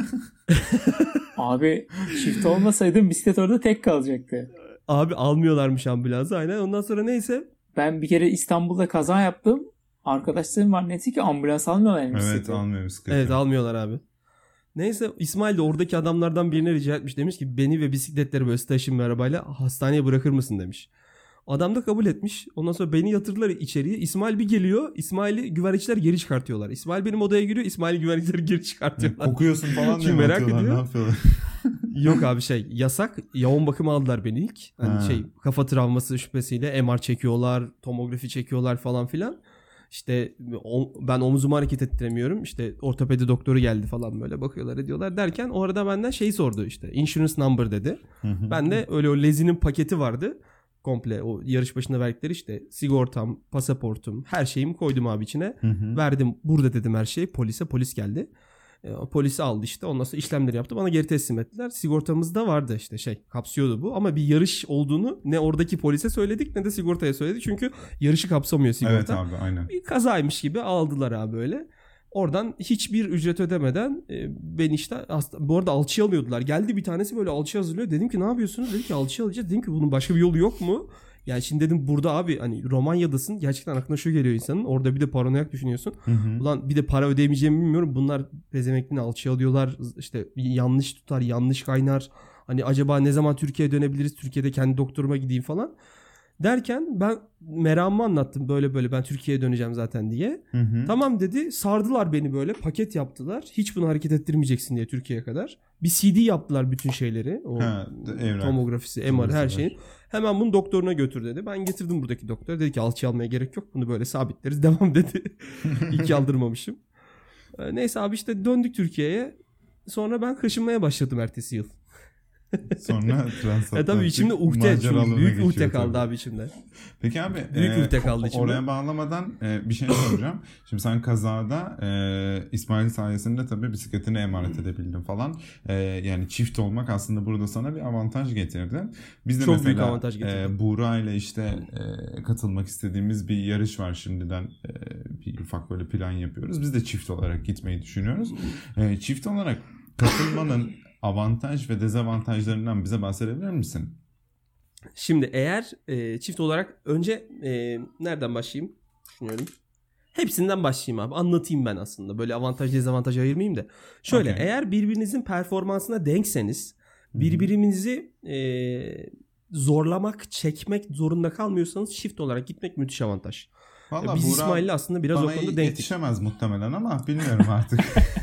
Abi çift olmasaydım bisiklet orada tek kalacaktı. Abi almıyorlarmış ambulansı aynen. Ondan sonra neyse. Ben bir kere İstanbul'da kaza yaptım. Arkadaşlarım var neyse ki ambulans almıyorlar. Evet almıyor bisiklet. Evet almıyorlar abi. Neyse İsmail de oradaki adamlardan birine rica etmiş. Demiş ki beni ve bisikletleri böyle station bir arabayla hastaneye bırakır mısın demiş. Adam da kabul etmiş. Ondan sonra beni yatırdılar içeriye. İsmail bir geliyor. İsmail'i güvenlikçiler geri çıkartıyorlar. İsmail benim odaya giriyor. İsmail'i güvenlikler geri çıkartıyorlar. Kokuyorsun falan diye merak ediyor. Ne yapıyorlar? Yok abi yasak. Yoğun bakıma aldılar beni ilk. Hani kafa travması şüphesiyle MR çekiyorlar. Tomografi çekiyorlar falan filan. İşte ben omuzumu hareket ettiremiyorum. İşte ortopedi doktoru geldi falan böyle bakıyorlar ediyorlar derken o arada benden sordu işte insurance number dedi. Ben de öyle o Lezi'nin paketi vardı. Komple o yarış başında verdikleri işte sigortam, pasaportum her şeyimi koydum abi içine. Verdim burada dedim her şeyi polis geldi. Polisi aldı işte ondan sonra işlemleri yaptı bana geri teslim ettiler. Sigortamızda vardı işte kapsıyordu bu ama bir yarış olduğunu ne oradaki polise söyledik ne de sigortaya söyledik. Çünkü yarışı kapsamıyor sigorta. Evet abi aynen. Bir kazaymış gibi aldılar abi böyle. Oradan hiçbir ücret ödemeden beni işte bu arada alçıya alıyordular. Geldi bir tanesi böyle alçı hazırlıyor. Dedim ki ne yapıyorsunuz? Dedi ki alçıya alacağız. Dedim ki bunun başka bir yolu yok mu? Yani şimdi dedim burada abi hani Romanya'dasın. Gerçekten aklına şu geliyor insanın. Orada bir de paranoyak düşünüyorsun. Ulan bir de para ödeyemeyeceğimi bilmiyorum. Bunlar pezemekliğini alçıya alıyorlar. İşte yanlış tutar, yanlış kaynar. Hani acaba ne zaman Türkiye'ye dönebiliriz? Türkiye'de kendi doktoruma gideyim falan. Derken ben meramımı anlattım, böyle böyle ben Türkiye'ye döneceğim zaten diye. Tamam dedi, sardılar beni, böyle paket yaptılar. Hiç bunu hareket ettirmeyeceksin diye Türkiye'ye kadar. Bir CD yaptılar bütün şeyleri. O tomografisi, MR, her şeyi. Hemen bunu doktoruna götür dedi. Ben getirdim buradaki doktora. Dedi ki alçı almaya gerek yok. Bunu böyle sabitleriz. Devam dedi. İyi ki aldırmamışım. Neyse abi, işte döndük Türkiye'ye. Sonra ben kaşınmaya başladım ertesi yıl. Sonra transatlantik tabii içimde uhde, çünkü büyük uhde kaldı abi içimde. Peki abi, büyük uhde kaldı içimde. Oraya bağlamadan bir şey soracağım. Şimdi sen kazada İsmail sayesinde tabii bisikletini emanet edebildin falan. Yani çift olmak aslında burada sana bir avantaj getirdi. Biz de çok mesela büyük avantaj getirdi. Buğra ile işte katılmak istediğimiz bir yarış var şimdiden. Bir ufak böyle plan yapıyoruz. Biz de çift olarak gitmeyi düşünüyoruz. Çift olarak katılmanın avantaj ve dezavantajlarından bize bahsedebilir misin? Şimdi eğer çift olarak önce nereden başlayayım? Düşünüyorum. Hepsinden başlayayım abi. Anlatayım ben aslında. Böyle avantaj dezavantaj ayırmayayım da. Şöyle, eğer birbirinizin performansına denkseniz, birbirinizi zorlamak, çekmek zorunda kalmıyorsanız çift olarak gitmek müthiş avantaj. Vallahi biz İsmail'le aslında biraz o konuda denktik. Yetişemez muhtemelen ama bilmiyorum artık.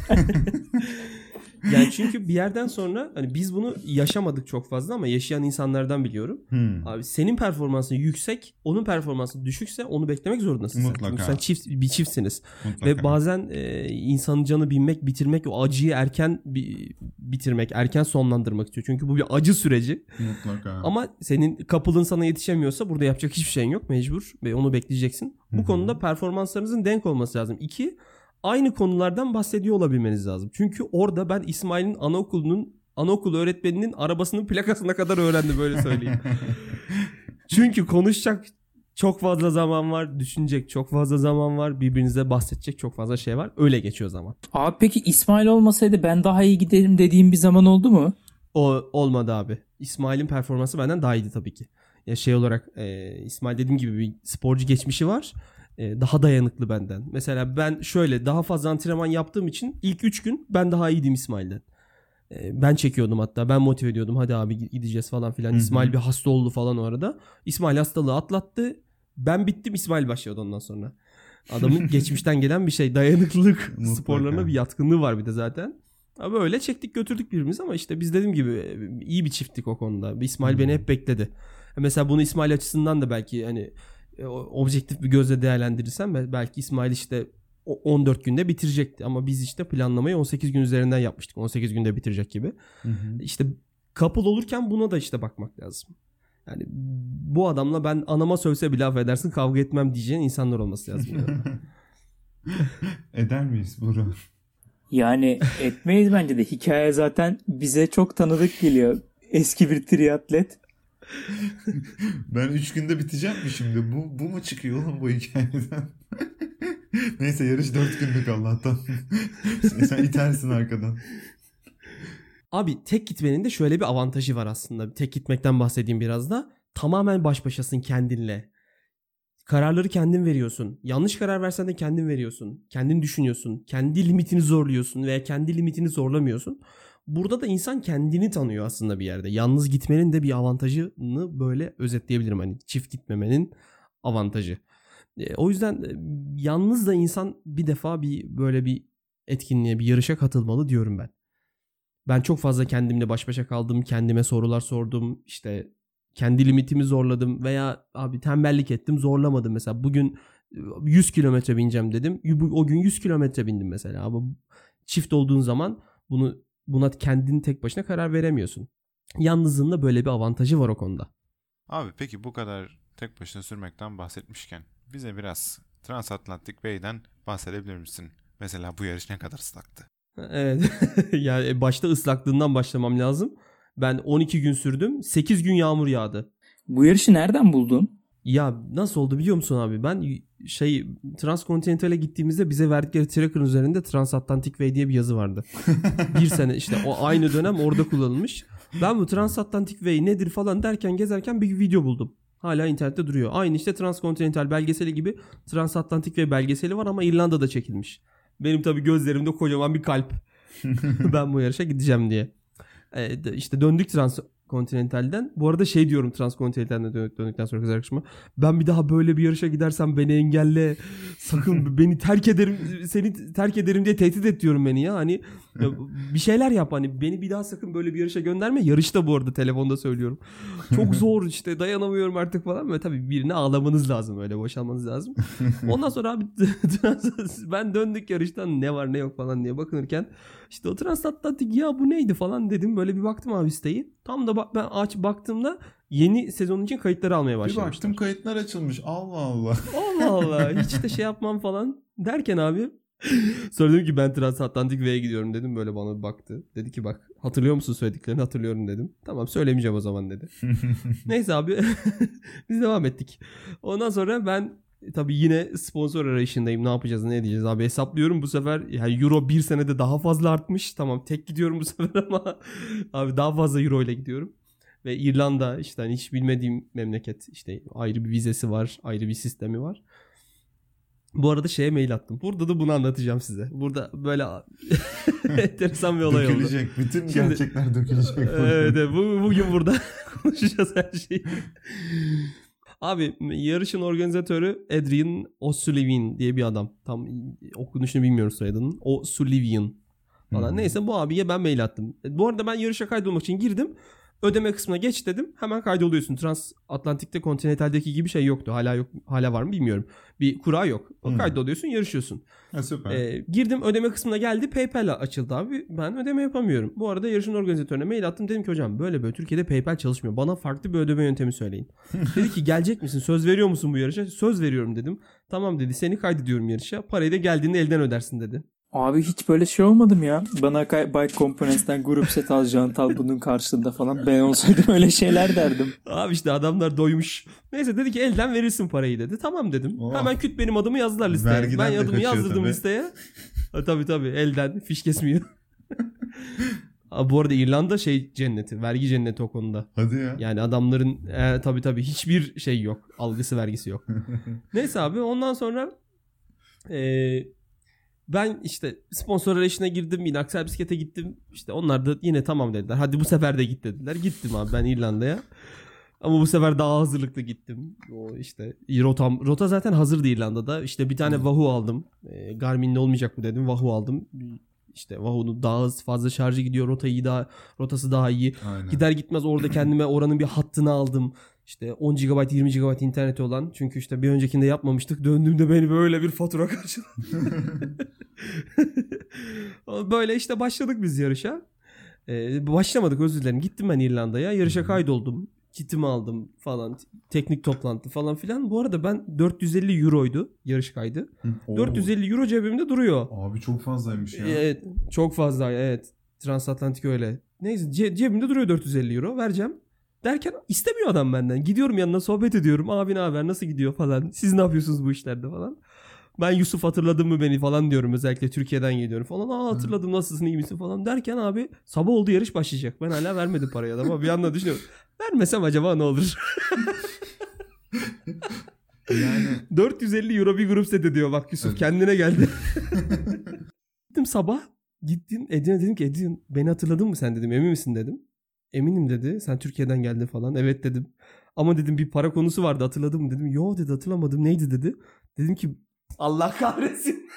Yani çünkü bir yerden sonra hani biz bunu yaşamadık çok fazla ama yaşayan insanlardan biliyorum. Abi senin performansın yüksek, onun performansı düşükse onu beklemek zorundasın. Mutlaka. Sen bir çiftsiniz. Mutlaka. Ve bazen insanın canı bitirmek, o acıyı erken bitirmek, erken sonlandırmak istiyor. Çünkü bu bir acı süreci. Mutlaka. Ama senin couple'ın sana yetişemiyorsa burada yapacak hiçbir şeyin yok, mecbur ve onu bekleyeceksin. Bu konuda performanslarınızın denk olması lazım. 2, aynı konulardan bahsediyor olabilmeniz lazım. Çünkü orada ben İsmail'in anaokulu öğretmeninin arabasının plakasına kadar öğrendim, böyle söyleyeyim. Çünkü konuşacak çok fazla zaman var, düşünecek çok fazla zaman var, birbirinize bahsedecek çok fazla şey var. Öyle geçiyor zaman. Abi peki İsmail olmasaydı ben daha iyi giderim dediğim bir zaman oldu mu? O olmadı abi. İsmail'in performansı benden daha iyiydi tabii ki. Ya şey olarak İsmail dediğim gibi bir sporcu geçmişi var. Daha dayanıklı benden. Mesela ben şöyle daha fazla antrenman yaptığım için ilk 3 gün ben daha iyiydim İsmail'den. Ben çekiyordum hatta. Ben motive ediyordum. Hadi abi gideceğiz falan filan. İsmail bir hasta oldu falan o arada. İsmail hastalığı atlattı. Ben bittim, İsmail başladı ondan sonra. Adamın geçmişten gelen bir şey. Dayanıklılık sporlarına bir yatkınlığı var bir de zaten. Abi öyle çektik götürdük birbirimizi ama işte biz dediğim gibi iyi bir çifttik o konuda. İsmail beni hep bekledi. Mesela bunu İsmail açısından da belki hani objektif bir gözle değerlendirirsem belki İsmail işte 14 günde bitirecekti ama biz işte planlamayı 18 gün üzerinden yapmıştık. 18 günde bitirecek gibi. İşte couple olurken buna da işte bakmak lazım. Yani bu adamla ben anama sövse bile affedersin kavga etmem diyeceğin insanlar olması lazım. Eder miyiz Burak? Yani etmeyiz bence de. Hikaye zaten bize çok tanıdık geliyor. Eski bir triatlet. Ben 3 günde biteceğim mi şimdi? Bu mu çıkıyor oğlum bu hikayeden? Neyse yarış 4 günlük Allah'tan. Sen itersin arkadan. Abi tek gitmenin de şöyle bir avantajı var aslında. Tek gitmekten bahsedeyim biraz da. Tamamen baş başasın kendinle. Kararları kendin veriyorsun. Yanlış karar versen de kendin veriyorsun. Kendin düşünüyorsun. Kendi limitini zorluyorsun veya kendi limitini zorlamıyorsun. Burada da insan kendini tanıyor aslında bir yerde. Yalnız gitmenin de bir avantajını böyle özetleyebilirim. Hani çift gitmemenin avantajı. O yüzden yalnız da insan bir defa böyle bir etkinliğe, bir yarışa katılmalı diyorum ben. Ben çok fazla kendimle baş başa kaldım. Kendime sorular sordum. İşte kendi limitimi zorladım veya abi tembellik ettim, zorlamadım. Mesela bugün 100 kilometre bineceğim dedim. O gün 100 kilometre bindim mesela. Ama çift olduğun zaman buna kendin tek başına karar veremiyorsun. Yalnızlığın da böyle bir avantajı var o konuda. Abi peki bu kadar tek başına sürmekten bahsetmişken bize biraz Transatlantik Bay'den bahsedebilir misin? Mesela bu yarış ne kadar ıslaktı? Evet. Yani başta ıslaklığından başlamam lazım. Ben 12 gün sürdüm. 8 gün yağmur yağdı. Bu yarışı nereden buldun? Ya nasıl oldu biliyor musun abi? Ben Transkontinental'e gittiğimizde bize verdikleri tracker'ın üzerinde Transatlantic Way diye bir yazı vardı. Bir sene işte o aynı dönem orada kullanılmış. Ben bu Transatlantic Way nedir falan derken gezerken bir video buldum. Hala internette duruyor. Aynı işte Transkontinental belgeseli gibi Transatlantic Way belgeseli var ama İrlanda'da çekilmiş. Benim tabii gözlerimde kocaman bir kalp. Ben bu yarışa gideceğim diye. İşte döndük Continental'den. Bu arada şey diyorum Transcontinental'den döndükten sonra kız arkadaşıma. Ben bir daha böyle bir yarışa gidersem beni engelle. Sakın beni terk ederim. Seni terk ederim diye tehdit et diyorum beni ya. Hani bir şeyler yap. Hani beni bir daha sakın böyle bir yarışa gönderme. Yarışta bu arada telefonda söylüyorum. Çok zor işte dayanamıyorum artık falan. Ve tabii birine ağlamanız lazım. Öyle boşalmanız lazım. Ondan sonra abi ben döndük yarıştan ne var ne yok falan diye bakınırken işte o Transatlantik ya bu neydi falan dedim. Böyle bir baktım abi siteyi. Tam da ben baktığımda yeni sezon için kayıtları almaya başlamışlar. Bir baktım kayıtlar açılmış. Allah Allah. Allah Allah. Hiç de şey yapmam falan derken abi sonra dedim ki ben Transatlantik V'ye gidiyorum dedim. Böyle bana bir baktı. Dedi ki bak hatırlıyor musun söylediklerini? Hatırlıyorum dedim. Tamam söylemeyeceğim o zaman dedi. Neyse abi biz devam ettik. Ondan sonra ben tabii yine sponsor arayışındayım. Ne yapacağız ne edeceğiz abi hesaplıyorum bu sefer. Yani euro bir senede daha fazla artmış. Tamam tek gidiyorum bu sefer ama abi daha fazla euro ile gidiyorum. Ve İrlanda işte hani hiç bilmediğim memleket. İşte ayrı bir vizesi var. Ayrı bir sistemi var. Bu arada şeye mail attım. Burada da bunu anlatacağım size. Burada böyle enteresan bir olay oldu. Dökülecek. Bütün gerçekler dökülecek. Evet bugün burada konuşacağız her şeyi. Abi yarışın organizatörü Adrian O'Sullivan diye bir adam. Tam okunuşunu bilmiyorum soyadının. O'Sullivan falan. Neyse bu abiye ben mail attım. Bu arada ben yarışa kaydolmak için girdim. Ödeme kısmına geç dedim. Hemen kaydoluyorsun. Transatlantik'te Continental'deki gibi şey yoktu. Hala yok. Hala var mı bilmiyorum. Bir kura yok. Kaydoluyorsun, yarışıyorsun. Süper. Girdim ödeme kısmına geldi. PayPal açıldı abi. Ben ödeme yapamıyorum. Bu arada yarışın organizatörüne mail attım. Dedim ki hocam böyle Türkiye'de PayPal çalışmıyor. Bana farklı bir ödeme yöntemi söyleyin. Dedi ki gelecek misin? Söz veriyor musun bu yarışa? Söz veriyorum dedim. Tamam dedi. Seni kaydediyorum yarışa. Parayı da geldiğinde elden ödersin dedi. Abi hiç böyle şey olmadım ya. Bana Bike Components'ten grup set alacağın tal bunun karşılığında falan. Ben olsaydım öyle şeyler derdim. Abi işte adamlar doymuş. Neyse dedi ki elden verirsin parayı dedi. Tamam dedim. Hemen küt benim adımı yazdılar listeye. Vergiden ben adımı yazdırdım tabii. listeye. Tabii elden fiş kesmiyor. Abi bu arada İrlanda cenneti. Vergi cenneti o konuda. Hadi ya. Yani adamların tabii hiçbir şey yok. Algısı vergisi yok. Neyse abi ondan sonra ben işte sponsor arayışına girdim. Yine Aksel Bisiklet'e gittim. İşte onlar da yine tamam dediler. Hadi bu sefer de git dediler. Gittim abi ben İrlanda'ya. Ama bu sefer daha hazırlıklı gittim. O işte rota zaten hazırdı İrlanda'da. İşte bir tane Wahoo aldım. Garmin'le olmayacak bu dedim. Wahoo aldım. İşte Wahoo'nun daha fazla şarjı gidiyor. Rotası daha iyi. Aynen. Gider gitmez orada kendime oranın bir hattını aldım. İşte 10 GB 20 GB interneti olan. Çünkü işte bir öncekinde yapmamıştık. Döndüğümde beni böyle bir fatura karşıladı. Böyle işte başladık biz yarışa. Başlamadık özür dilerim. Gittim ben İrlanda'ya. Yarışa kaydoldum. Kitimi aldım falan. Teknik toplantı falan filan. Bu arada ben 450 euroydu yarış kaydı. 450 euro cebimde duruyor. Abi çok fazlaymış ya. Evet. Çok fazla evet. Transatlantik öyle. Neyse cebimde duruyor 450 euro. Vereceğim. Derken istemiyor adam benden. Gidiyorum yanına sohbet ediyorum. Abi ne haber nasıl gidiyor falan. Siz ne yapıyorsunuz bu işlerde falan. Ben Yusuf hatırladın mı beni falan diyorum. Özellikle Türkiye'den geliyorum falan. Hatırladım nasılsın iyi misin falan derken abi sabah oldu yarış başlayacak. Ben hala vermedim parayı adama. Bir yandan düşünüyorum. Vermesem acaba ne olur? Yani 450 euro bir grup seti diyor. Bak Yusuf kendine geldi. Gittim sabah. Gittim Edin'e dedim ki Edin beni hatırladın mı sen dedim. Emin misin dedim. Eminim dedi. Sen Türkiye'den geldin falan. Evet dedim. Ama dedim bir para konusu vardı hatırladın mı dedim. Yo dedi hatırlamadım. Neydi dedi. Dedim ki Allah kahretsin.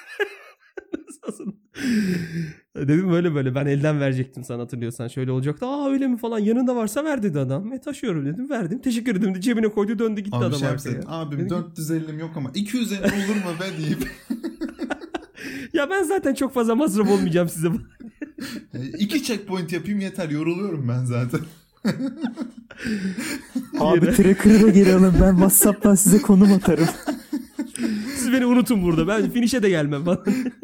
Dedim böyle ben elden verecektim sana hatırlıyorsan. Şöyle olacaktı. Aa öyle mi falan yanında varsa ver dedi adam. Taşıyorum dedim verdim. Teşekkür ederim de cebine koydu döndü gitti abi adam arkaya. Abim 450'm yok ama 250 olur mu be deyip. Ya ben zaten çok fazla masraf olmayacağım size. 2 checkpoint yapayım yeter yoruluyorum ben zaten. Abi tracker'ı da geri alın ben WhatsApp'tan size konum atarım. Siz beni unutun burada. Ben finish'e de gelmem falan.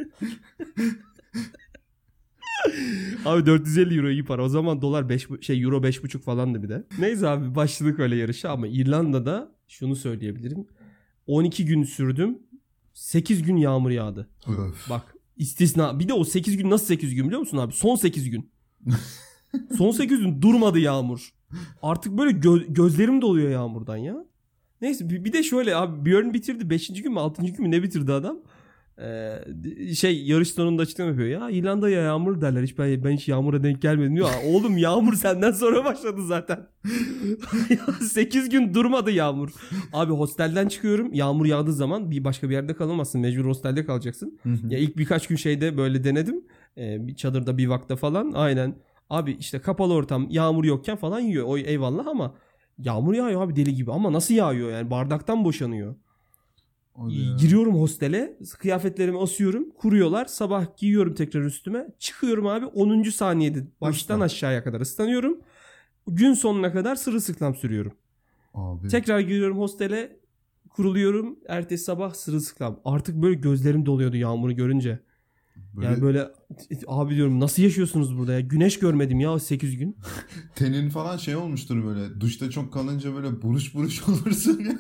Abi 450 euro iyi para. O zaman dolar euro 5,5 falandı bir de. Neyse abi başladık öyle yarışa ama İrlanda'da şunu söyleyebilirim. 12 gün sürdüm. 8 gün yağmur yağdı. Öf. Bak istisna. Bir de o 8 gün nasıl 8 gün biliyor musun abi? Son 8 gün. Son 8 gün durmadı yağmur. Artık böyle gözlerim doluyor yağmurdan ya. Neyse bir de şöyle abi Björn bitirdi. 5. gün mü 6. gün mü ne bitirdi adam? Yarış sonunda açıklama yapıyor. Ya İrlanda'ya yağmur derler. Ben hiç yağmura denk gelmedim diyor. Oğlum yağmur senden sonra başladı zaten. 8 gün durmadı yağmur. Abi hostelden çıkıyorum. Yağmur yağdığı zaman başka bir yerde kalamazsın. Mecbur hostelde kalacaksın. Ya ilk birkaç gün böyle denedim. Bir çadırda bir vakte falan. Aynen. Abi işte kapalı ortam, yağmur yokken falan yiyor. O eyvallah ama yağmur yağıyor abi deli gibi. Ama nasıl yağıyor yani? Bardaktan boşanıyor. Giriyorum hostele, kıyafetlerimi asıyorum, kuruyorlar. Sabah giyiyorum tekrar üstüme. Çıkıyorum abi 10. saniyede baştan aşağıya kadar ıslanıyorum. Gün sonuna kadar sırılsıklam sürüyorum. Abi. Tekrar giriyorum hostele, kuruluyorum. Ertesi sabah sırılsıklam. Artık böyle gözlerim doluyordu yağmuru görünce. Yani böyle abi diyorum nasıl yaşıyorsunuz burada ya? Güneş görmedim ya 8 gün. Tenin falan olmuştur böyle. Duşta çok kalınca böyle buruş buruş olursun ya.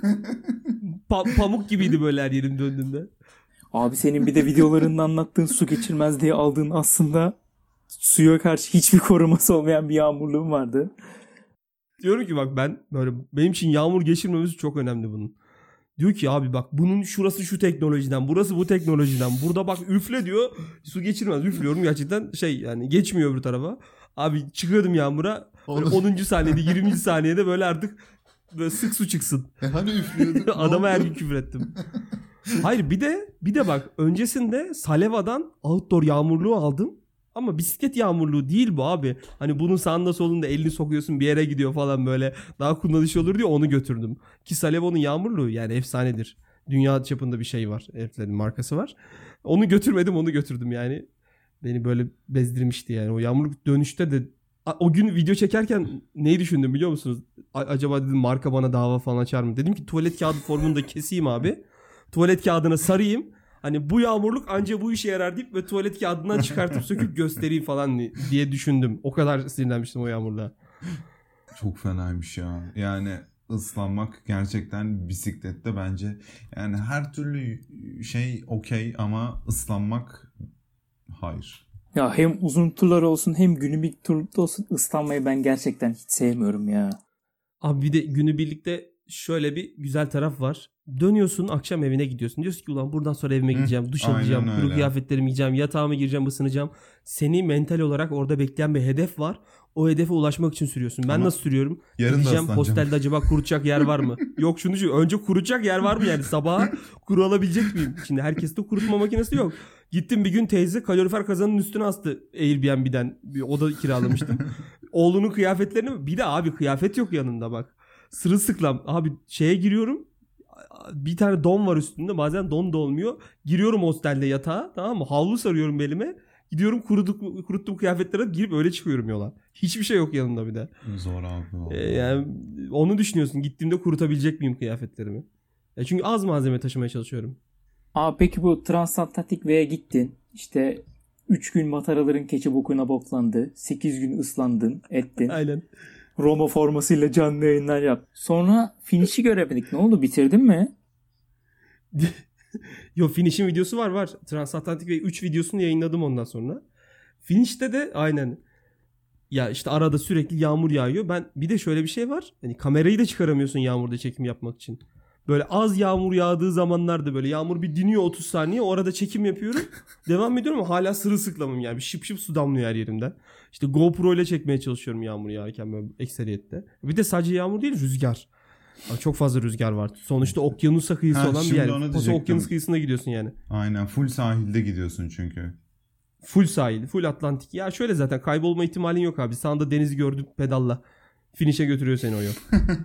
Pamuk gibiydi böyle her yerim döndüğünde. Abi senin bir de videolarında anlattığın su geçirmez diye aldığın aslında suya karşı hiçbir koruması olmayan bir yağmurluğum vardı. Diyorum ki bak benim için yağmur geçirmemiz çok önemli bunun. Diyor ki abi bak bunun şurası şu teknolojiden, burası bu teknolojiden. Burada bak üfle diyor. Su geçirmez. Üflüyorum gerçekten yani geçmiyor öbür tarafa. Abi çıkıyordum yağmura. 10. saniyede 20. saniyede böyle artık böyle sık su çıksın. Hani üflüyordun? Adama her gün küfür ettim. Hayır bir de bak öncesinde Saleva'dan outdoor yağmurluğu aldım. Ama bisiklet yağmurluğu değil bu abi. Hani bunun sağında solunda elini sokuyorsun bir yere gidiyor falan böyle. Daha kullanışlı olur diye onu götürdüm. Ki Saleva'nın yağmurluğu yani efsanedir. Dünya çapında bir şey var. Heriflerin markası var. Onu götürmedim onu götürdüm yani. Beni böyle bezdirmişti yani. O yağmurluk dönüşte de o gün video çekerken neyi düşündüm biliyor musunuz? Acaba dedim marka bana dava falan açar mı? Dedim ki tuvalet kağıdı formunu da keseyim abi. Tuvalet kağıdına sarayım. Hani bu yağmurluk anca bu işe yarar deyip ve tuvalet kağıdından çıkartıp söküp göstereyim falan diye düşündüm. O kadar sinirlenmiştim o yağmurla. Çok fenaymış ya. Yani ıslanmak gerçekten bisiklette bence yani her türlü okey ama ıslanmak hayır. Ya hem uzun turlar olsun hem günübirlik turda olsun ıslanmayı ben gerçekten hiç sevmiyorum ya. Abi bir de günübirlikte şöyle bir güzel taraf var. Dönüyorsun akşam evine gidiyorsun. Diyorsun ki ulan buradan sonra evime gideceğim. Duş alacağım. Kuru kıyafetlerimi giyeceğim. Yatağıma gireceğim. Isınacağım. Seni mental olarak orada bekleyen bir hedef var. O hedefe ulaşmak için sürüyorsun. Ben nasıl sürüyorum? Gideceğim hostelde acaba kurutacak yer var mı? Yok önce kurutacak yer var mı yani? Sabaha kuru alabilecek miyim? Şimdi herkeste kurutma makinesi yok. Gittim bir gün teyze kalorifer kazanın üstüne astı Airbnb'den. Bir oda kiralamıştım. Oğlunun kıyafetlerini bir de abi kıyafet yok yanında bak. Sırılsıklam. Abi giriyorum. Bir tane don var üstünde. Bazen don da olmuyor. Giriyorum hostelde yatağa. Tamam mı? Havlu sarıyorum belime. Gidiyorum kuruttuğum kıyafetlere girip öyle çıkıyorum yola. Hiçbir şey yok yanında bir de. Zor abi. Yani onu düşünüyorsun. Gittiğimde kurutabilecek miyim kıyafetlerimi? Çünkü az malzeme taşımaya çalışıyorum. Peki bu Transatlantik V'ye gittin. İşte 3 gün mataraların keçi bokuna boklandı. 8 gün ıslandın, ettin. Aynen. Roma formasıyla canlı yayınlar yap. Sonra finişi göremedik. Ne oldu? Bitirdin mi? Yo finish'in videosu var. Transatlantik ve 3 videosunu yayınladım ondan sonra. Finish'te de aynen. Ya işte arada sürekli yağmur yağıyor. Bir de şöyle bir şey var. Hani kamerayı da çıkaramıyorsun yağmurda çekim yapmak için. Böyle az yağmur yağdığı zamanlarda böyle yağmur bir diniyor 30 saniye. Orada çekim yapıyorum. Devam ediyorum ama hala sırılsıklamım yani. Bir şıp şıp su damlıyor her yerimden. İşte GoPro ile çekmeye çalışıyorum yağmur yağarken böyle ekseriyette. Bir de sadece yağmur değil rüzgar. Abi çok fazla rüzgar var. Sonuçta okyanusa kıyısı olan bir yer. Paso okyanus kıyısına gidiyorsun yani. Aynen full sahilde gidiyorsun çünkü. Full sahil, full Atlantik. Ya şöyle zaten kaybolma ihtimalin yok abi. Sağında denizi gördün pedalla. Finish'e götürüyor seni o yol.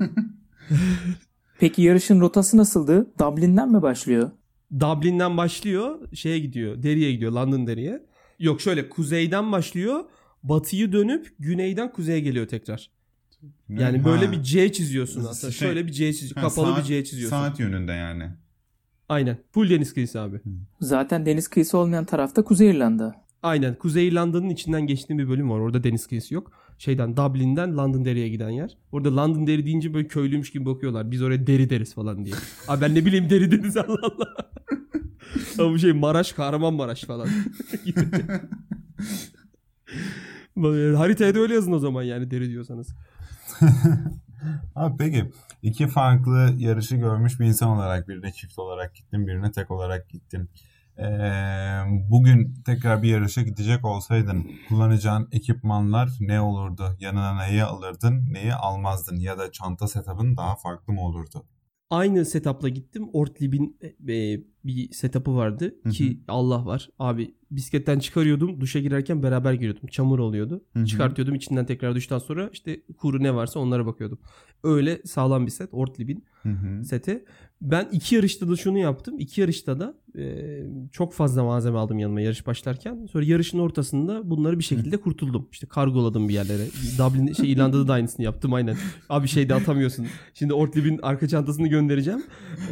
Peki yarışın rotası nasıldı? Dublin'den mi başlıyor? Dublin'den başlıyor. Gidiyor. Derry'e gidiyor. London Derry'e. Yok şöyle kuzeyden başlıyor. Batıyı dönüp güneyden kuzeye geliyor tekrar. Yani böyle bir C çiziyorsun aslında. Şöyle bir C çiziyorsun. Kapalı bir C çiziyorsun. Saat yönünde yani. Aynen. Full deniz kıyısı abi. Zaten deniz kıyısı olmayan tarafta Kuzey İrlanda. Aynen. Kuzey İrlanda'nın içinden geçtiğim bir bölüm var. Orada deniz kıyısı yok. Dublin'den Londonderry'e giden yer. Orada Londonderry deyince böyle köylüymüş gibi bakıyorlar. Biz oraya deri deriz falan diye. Abi ben ne bileyim deri deriz Allah Allah. Ama bu Maraş, Kahramanmaraş falan. Haritaya da öyle yazın o zaman yani deri diyorsanız. Abi peki 2 farklı yarışı görmüş bir insan olarak birine çift olarak gittin birine tek olarak gittin. Bugün tekrar bir yarışa gidecek olsaydın kullanacağın ekipmanlar ne olurdu? Yanına neyi alırdın, neyi almazdın? Ya da çanta setup'ın daha farklı mı olurdu? Aynı setup'la gittim. Ortlieb'in bir setup'ı vardı ki Allah var. Abi bisikletten çıkarıyordum. Duşa girerken beraber giriyordum. Çamur oluyordu. Çıkartıyordum. İçinden tekrar duştan sonra işte kuru ne varsa onlara bakıyordum. Öyle sağlam bir set. Ortlieb'in seti. Ben 2 yarışta da şunu yaptım. 2 yarışta da çok fazla malzeme aldım yanıma yarış başlarken. Sonra yarışın ortasında bunları bir şekilde kurtuldum. İşte kargoladım bir yerlere. İrlanda'da da aynısını yaptım aynen. Abi şeyde atamıyorsun. Şimdi Ortlieb'in arka çantasını göndereceğim.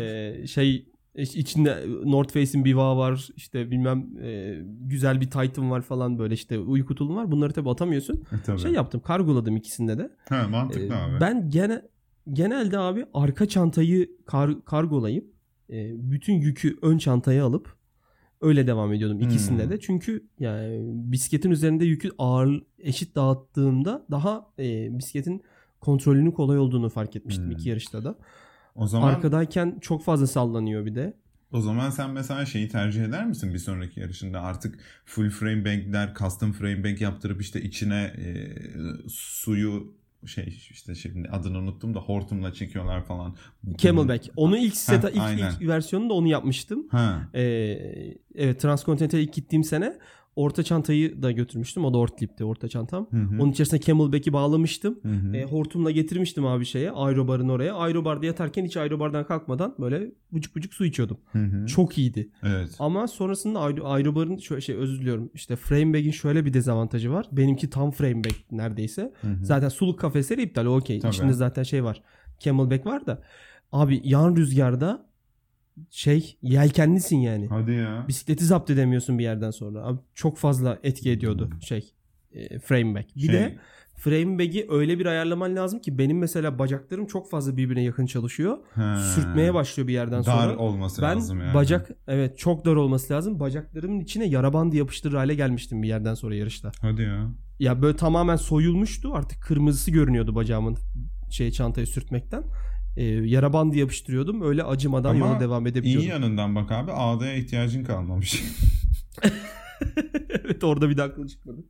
İçinde North Face'in bivağı var. İşte bilmem güzel bir Titan var falan böyle işte uyku tulum var. Bunları tabii atamıyorsun. Tabii. Yaptım. Kargoladım ikisinde de. Ha, mantıklı abi. Ben genelde abi arka çantayı kargolayıp bütün yükü ön çantaya alıp öyle devam ediyordum ikisinde de. Çünkü yani bisikletin üzerinde yükü eşit dağıttığımda daha bisikletin kontrolünün kolay olduğunu fark etmiştim 2 yarışta da. O zaman arkadayken çok fazla sallanıyor bir de. O zaman sen mesela şeyi tercih eder misin bir sonraki yarışında? Artık full frame bank'ler, custom frame bank yaptırıp işte içine suyu işte şimdi adını unuttum da hortumla çekiyorlar falan. Camelback. Onu ilk versiyonunda onu yapmıştım. Evet, Transcontinental'e ilk gittiğim sene orta çantayı da götürmüştüm. O da Ortlieb'ti orta çantam. Onun içerisine Camelback'i bağlamıştım. Hortumla getirmiştim abi aerobarın oraya. Aerobarda yatarken hiç aerobardan kalkmadan böyle bucuk bucuk su içiyordum. Çok iyiydi. Evet. Ama sonrasında aerobarın özür diliyorum. İşte frame bag'in şöyle bir dezavantajı var. Benimki tam frame bag neredeyse. Zaten suluk kafesleri iptal. Okey. İçinde zaten var. Camelback var da. Abi yan rüzgarda yelkenlisin yani. Hadi ya. Bisikleti zapt edemiyorsun bir yerden sonra. Abi çok fazla etki ediyordu frame bag. Bir de frame bag'i öyle bir ayarlaman lazım ki benim mesela bacaklarım çok fazla birbirine yakın çalışıyor. Sürtmeye başlıyor bir yerden sonra. Dar olması lazım yani. Çok dar olması lazım. Bacaklarımın içine yara bandı yapıştırır hale gelmiştim bir yerden sonra yarışta. Hadi ya. Ya böyle tamamen soyulmuştu. Artık kırmızısı görünüyordu bacağımın çantayı sürtmekten. Yara bandı yapıştırıyordum. Öyle acımadan yola devam edebiliyordum. İyi yanından bak abi. ağdaya ihtiyacın kalmamış. Evet, orada bir de aklı çıkmadı.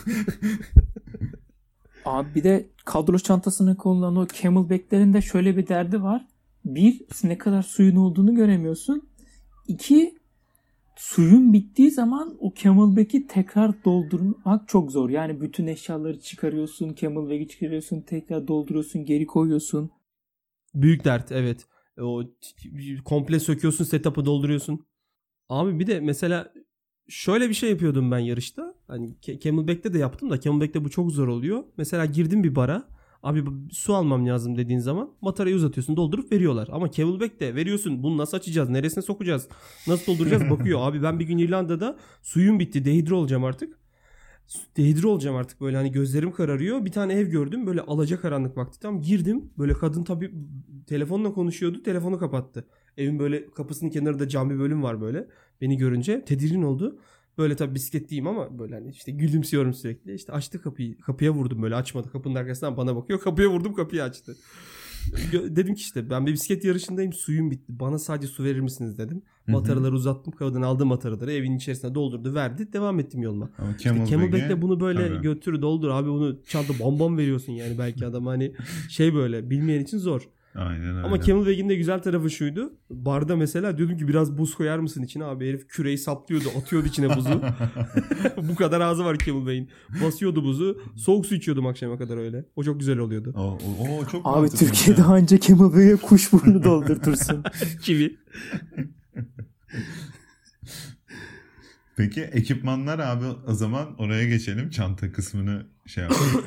Abi bir de kadro çantasına konulan o Camelback'lerin de şöyle bir derdi var. 1. Ne kadar suyun olduğunu göremiyorsun. 2. Suyun bittiği zaman o Camelback'i tekrar doldurmak çok zor. Yani bütün eşyaları çıkarıyorsun. Camelback'i çıkarıyorsun. Tekrar dolduruyorsun. Geri koyuyorsun. Büyük dert, evet. O komple söküyorsun, setup'ı dolduruyorsun. Abi bir de mesela şöyle bir şey yapıyordum ben yarışta. Hani Camelback'te de yaptım da Camelback'te bu çok zor oluyor. Mesela girdim bir bara. Abi su almam lazım dediğin zaman matarayı uzatıyorsun, doldurup veriyorlar. Ama Camelback'te veriyorsun. Bunu nasıl açacağız? Neresine sokacağız? Nasıl dolduracağız? Bakıyor. Abi ben bir gün İrlanda'da suyum bitti. Dehidre olacağım artık. Böyle hani gözlerim kararıyor. Bir tane ev gördüm. Böyle alacakaranlık vakti. Tam girdim. Böyle kadın tabii telefonla konuşuyordu. Telefonu kapattı. Evin böyle kapısının kenarında cam bir bölüm var böyle. Beni görünce tedirgin oldu. Böyle tabii bisikletliyim ama böyle hani işte gülümsüyorum sürekli. İşte açtı kapıyı. Kapıya vurdum böyle, açmadı. Kapının arkasından bana bakıyor. Kapıya vurdum, kapıyı açtı. Dedim ki işte ben bir bisiklet yarışındayım. Suyum bitti. Bana sadece su verir misiniz dedim. Mataraları uzattım. Kadın aldı mataraları. Evin içerisine doldurdu, verdi. Devam ettim yoluma. Camelback'le bunu böyle götür doldur. Abi bunu çanta bam veriyorsun yani belki adama hani böyle bilmeyen için zor. Aynen öyle. Ama Camelback'in de güzel tarafı şuydu. Barda mesela diyordum ki biraz buz koyar mısın içine? Abi herif küreyi saplıyordu. Atıyordu içine buzu. Bu kadar ağzı var Camelback'in. Basıyordu buzu. Soğuk su içiyordum akşama kadar öyle. O çok güzel oluyordu. Çok abi Türkiye'de anca Camelback'e kuşburnu doldurtursun. Kivi. Peki ekipmanlar abi, o zaman oraya geçelim. Çanta kısmını yapalım.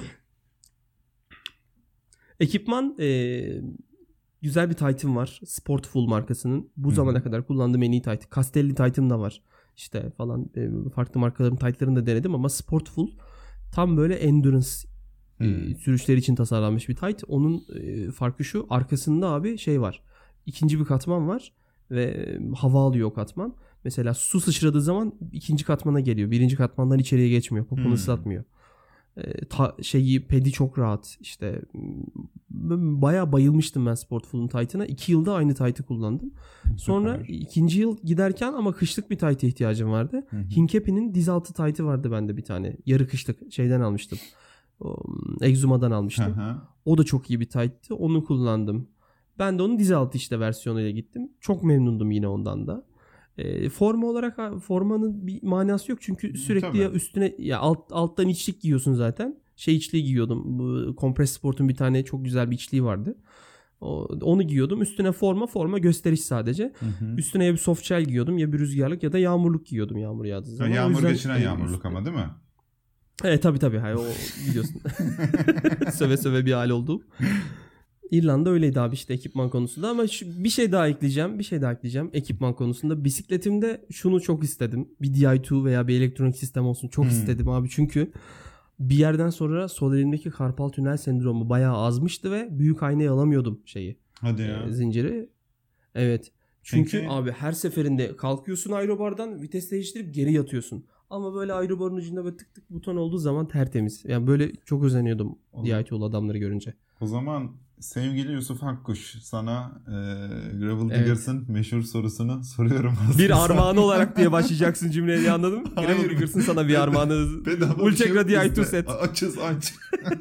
Ekipman güzel bir Titan var. Sportful markasının. Bu zamana kadar kullandığım en iyi Titan. Castelli Titan da var. İşte falan farklı markaların Titan'larını da denedim ama Sportful tam böyle endurance sürüşleri için tasarlanmış bir Titan. Onun farkı şu. Arkasında abi var. İkinci bir katman var ve hava alıyor o katman. Mesela su sıçradığı zaman ikinci katmana geliyor. Birinci katmandan içeriye geçmiyor. Poponu ıslatmıyor. Pedi çok rahat. İşte bayağı bayılmıştım ben Sportful'un tight'ına. 2 yılda aynı tight'ı kullandım. Sonra ikinci yıl giderken ama kışlık bir tight'e ihtiyacım vardı. Hinkepi'nin diz altı tight'ı vardı bende bir tane. Yarı kışlık şeyden almıştım. Exuma'dan almıştım. O da çok iyi bir tight'tı. Onu kullandım. Ben de onun diz altı işte versiyonuyla gittim. Çok memnundum yine ondan da. Forma olarak formanın bir manası yok çünkü sürekli Tabii. ya üstüne ya alttan içlik giyiyorsun zaten. İçliği giyiyordum. Bu Compress Sport'un bir tane çok güzel bir içliği vardı. Onu giyiyordum. Üstüne forma gösteriş sadece. Üstüne ya bir softshell giyiyordum ya bir rüzgarlık ya da yağmurluk giyiyordum yağmur yağdığı zaman. Yağmur geçiren yağmurluk ama değil mi? Tabii. Hayır, o biliyorsun. söve bir hal oldu. İrlanda öyleydi abi işte ekipman konusunda ama bir şey daha ekleyeceğim ekipman konusunda. Bisikletimde şunu çok istedim. Bir Di2 veya bir elektronik sistem olsun çok istedim abi. Çünkü bir yerden sonra sol elimdeki karpal tünel sendromu bayağı azmıştı ve büyük aynayı alamıyordum Hadi ya. Zinciri. Evet. Çünkü Peki. abi her seferinde kalkıyorsun aerobardan vites değiştirip geri yatıyorsun. Ama böyle aerobarın ucunda böyle tık tık buton olduğu zaman tertemiz. Yani böyle çok özeniyordum Di2'lu adamları görünce. O zaman sevgili Yusuf Akkuş sana Gravel Diggers'ın meşhur sorusunu soruyorum. Bir armağanı olarak diye başlayacaksın cümleye diye anladım. Hayır. Gravel Diggers'ın sana bir armağanı. Ultegra Di2 set. Aç.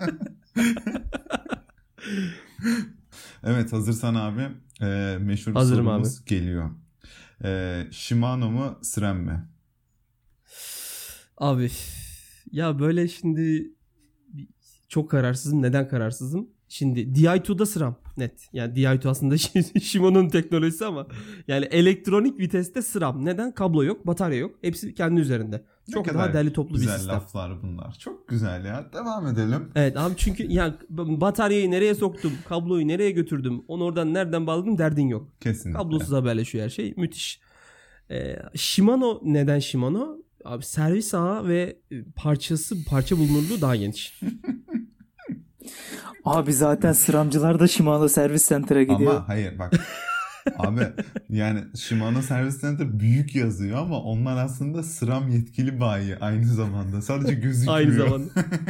Evet hazırsan abi meşhur Hazırım sorumuz abi. geliyor. Shimano mu SRAM mi? Abi ya böyle şimdi çok kararsızım. Neden kararsızım? Şimdi Di2'da SRAM net. Yani Di2 aslında Shimano'nun teknolojisi ama yani elektronik viteste SRAM. Neden? Kablo yok, batarya yok. Hepsi kendi üzerinde. Çok daha derli toplu bir sistem. Güzel laflar bunlar. Çok güzel ya. Devam edelim. Evet abi çünkü ya bataryayı nereye soktum, kabloyu nereye götürdüm, onu oradan nereden bağladım derdin yok. Kesinlikle. Kablosuz haberleşiyor her şey. Müthiş. Shimano neden Shimano? Abi servis ağı ve parça bulunurluğu daha geniş. Abi zaten sıramcılar da Shimano Service Center'a gidiyor. Ama hayır bak. Abi yani Shimano Service Center büyük yazıyor ama onlar aslında SRAM yetkili bayi aynı zamanda. Sadece gözükmüyor. Aynı zamanda.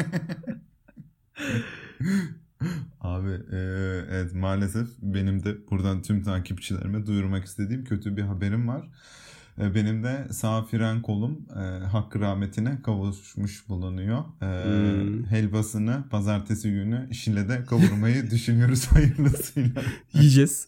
Abi evet maalesef benim de buradan tüm takipçilerime duyurmak istediğim kötü bir haberim var. Benim de sağ fren kolum hakkı rahmetine kavuşmuş bulunuyor. Helvasını pazartesi günü Şile'de kavurmayı düşünüyoruz hayırlısıyla. Yiyeceğiz.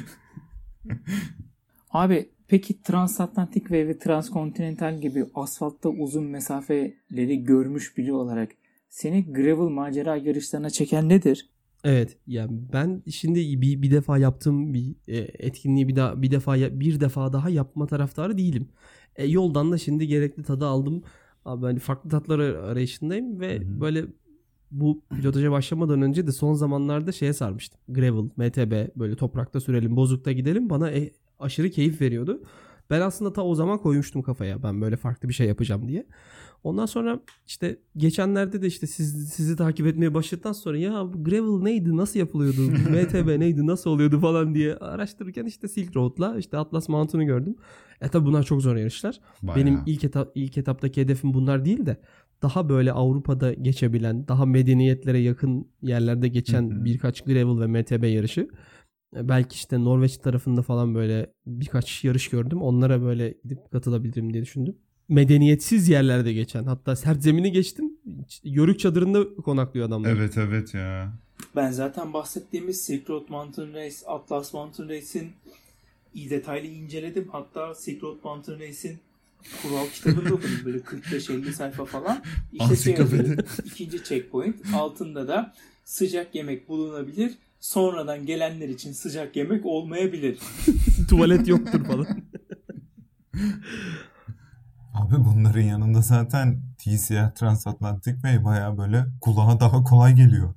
Abi peki transatlantik ve transkontinental gibi asfaltta uzun mesafeleri görmüş biri olarak seni gravel macera yarışlarına çeken nedir? Evet yani ben şimdi bir defa yaptığım bir etkinliği bir defa daha yapma taraftarı değilim. Yoldan da şimdi gerekli tadı aldım. Abi hani farklı tatlar arayışındayım ve böyle bu pilotaja başlamadan önce de son zamanlarda şeye sarmıştım. Gravel, MTB böyle toprakta sürelim, bozukta gidelim bana aşırı keyif veriyordu. Ben aslında ta o zaman koymuştum kafaya ben böyle farklı bir şey yapacağım diye. Ondan sonra işte geçenlerde de işte sizi takip etmeye başladıktan sonra ya bu gravel neydi, nasıl yapılıyordu, MTB neydi, nasıl oluyordu falan diye araştırırken işte Silk Road'la işte Atlas Mountain'ı gördüm. Tabi bunlar çok zor yarışlar. Bayağı. Benim ilk etaptaki hedefim bunlar değil de daha böyle Avrupa'da geçebilen, daha medeniyetlere yakın yerlerde geçen birkaç gravel ve MTB yarışı. Belki işte Norveç tarafında falan böyle birkaç yarış gördüm. Onlara böyle gidip katılabilirim diye düşündüm. Medeniyetsiz yerlerde geçen, hatta sert zemini geçtim. Yörük çadırında konaklıyor adamlar. Evet ya. Ben zaten bahsettiğimiz Silk Road Mountain Race, Atlas Mountain Race'in detaylı inceledim. Hatta Silk Road Mountain Race'in kural kitabını okudum. Böyle 45-50 sayfa falan. İşte ikinci checkpoint. Altında da sıcak yemek bulunabilir. Sonradan gelenler için sıcak yemek olmayabilir. Tuvalet yoktur falan. Abi bunların yanında zaten TCR Transatlantic Way bayağı böyle kulağa daha kolay geliyor.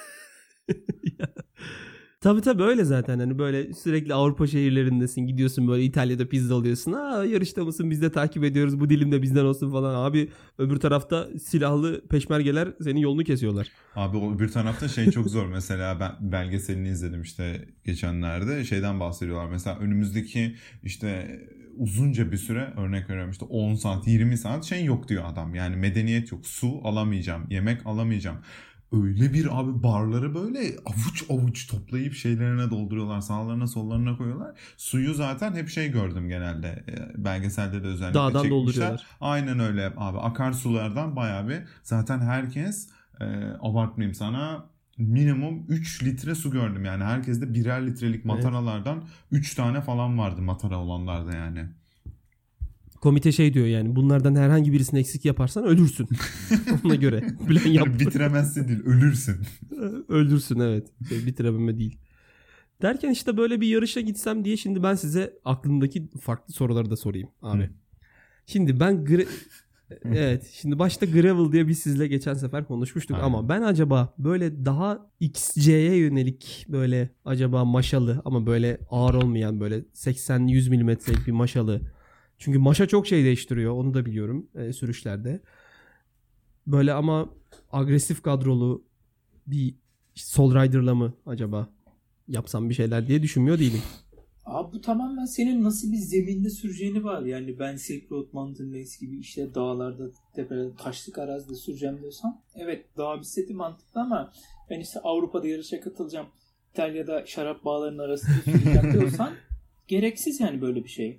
Tabii öyle zaten hani böyle sürekli Avrupa şehirlerindesin, gidiyorsun böyle İtalya'da pizza alıyorsun. Yarışta mısın, biz de takip ediyoruz, bu dilim de bizden olsun falan. Abi öbür tarafta silahlı peşmergeler senin yolunu kesiyorlar. Abi o öbür tarafta şey çok zor mesela ben belgeselini izledim işte geçenlerde şeyden bahsediyorlar. Mesela önümüzdeki işte uzunca bir süre, örnek veriyorum işte 10 saat 20 saat şey yok diyor adam. Yani medeniyet yok. Su alamayacağım. Yemek alamayacağım. Öyle bir abi barları böyle avuç avuç toplayıp şeylerine dolduruyorlar. Sağlarına sollarına koyuyorlar. Suyu zaten hep şey gördüm genelde. Belgeselde de özellikle Dağdan çekmişler. dolduruyorlar. Aynen öyle abi. Akarsulardan bayağı bir zaten herkes abartmayayım sana minimum 3 litre su gördüm. Yani herkeste birer litrelik mataralardan 3 tane falan vardı matara olanlarda yani. Komite şey diyor yani bunlardan herhangi birisini eksik yaparsan ölürsün. Ona göre plan yap. Bitiremezsin değil, ölürsün. Öldürsün evet. Bitirememe değil. Derken işte böyle bir yarışa gitsem diye şimdi ben size aklımdaki farklı soruları da sorayım abi. Şimdi ben evet şimdi başta gravel diye biz sizle geçen sefer konuşmuştuk. Aynen. Ama ben acaba böyle daha XC'ye yönelik böyle acaba maşalı ama böyle ağır olmayan böyle 80-100 milimetrelik bir maşalı. Çünkü maşa çok şey değiştiriyor. Onu da biliyorum sürüşlerde. Böyle ama agresif kadrolu bir Soul Rider'la mı acaba yapsam bir şeyler diye düşünmüyor değilim. Abi bu tamamen senin nasıl bir zeminde süreceğini var. Yani ben Silk Road Mountain Race gibi işte dağlarda, tepelerde, taşlık arazide süreceğim diyorsan evet dağ bisikleti mantıklı ama ben işte Avrupa'da yarışa katılacağım, İtalya'da şarap bağlarının arasında süreceğim diyorsan gereksiz yani böyle bir şey.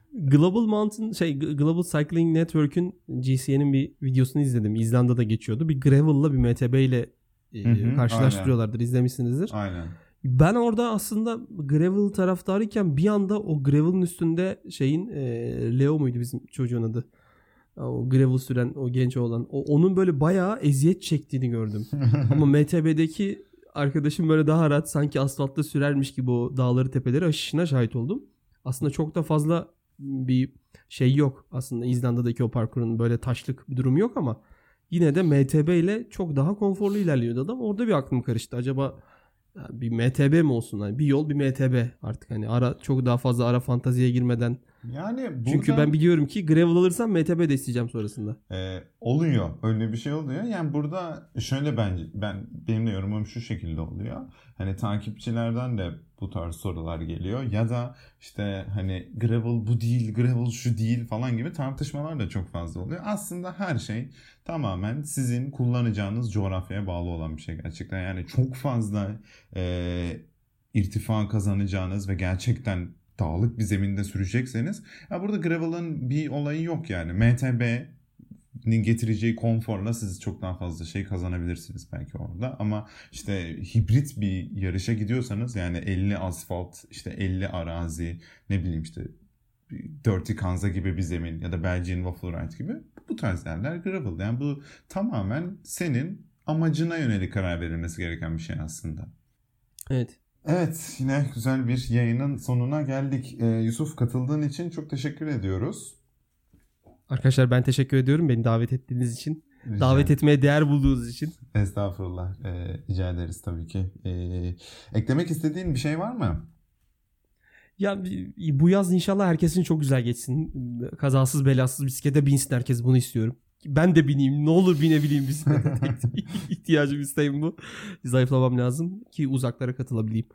Global Cycling Network'ün GCN'in bir videosunu izledim. İzlanda'da geçiyordu. Bir gravel'la bir MTB ile karşılaştırıyorlardır. Aynen. İzlemişsinizdir. Aynen. Ben orada aslında gravel taraftarıyken bir anda o gravel'ın üstünde Leo muydu bizim çocuğun adı? O gravel süren o genç olan. Onun böyle bayağı eziyet çektiğini gördüm. Ama MTB'deki arkadaşım böyle daha rahat sanki asfaltta sürermiş gibi o dağları tepeleri aşışına şahit oldum. Aslında çok da fazla bir şey yok. Aslında İzlanda'daki o parkurun böyle taşlık bir durumu yok ama yine de MTB ile çok daha konforlu ilerliyordu adam. Orada bir aklım karıştı. Acaba bir MTB mi olsun? Yani bir yol bir MTB artık hani çok daha fazla ara fantaziye girmeden. Yani burada... Çünkü ben biliyorum ki gravel alırsam MTB de isteyeceğim sonrasında. Oluyor. Öyle bir şey oluyor. Yani burada şöyle benim de yorumum şu şekilde oluyor. Hani takipçilerden de bu tarz sorular geliyor. Ya da işte hani gravel bu değil, gravel şu değil falan gibi tartışmalar da çok fazla oluyor. Aslında her şey tamamen sizin kullanacağınız coğrafyaya bağlı olan bir şey gerçekten. Yani çok fazla irtifa kazanacağınız ve gerçekten dağlık bir zeminde sürecekseniz ya burada gravel'ın bir olayı yok yani. MTB'nin getireceği konforla siz çok daha fazla şey kazanabilirsiniz belki orada. Ama işte hibrit bir yarışa gidiyorsanız yani 50 asfalt, işte 50 arazi, ne bileyim işte Dirty Kanza gibi bir zemin ya da Belgian Waffle Ride gibi bu tarz yerler gravel. Yani bu tamamen senin amacına yönelik karar verilmesi gereken bir şey aslında. Evet. Evet, yine güzel bir yayının sonuna geldik. Yusuf, katıldığın için çok teşekkür ediyoruz. Arkadaşlar ben teşekkür ediyorum beni davet ettiğiniz için. Davet etmeye değer bulduğunuz için. Estağfurullah. Rica ederiz tabii ki. Eklemek istediğin bir şey var mı? Ya bu yaz inşallah herkesin çok güzel geçsin. Kazasız belasız bisiklete binsin herkes, bunu istiyorum. Ben de bineyim. Ne olur binebileyim bisiklete. İhtiyacım, isteğim bu. Zayıflamam lazım ki uzaklara katılabileyim.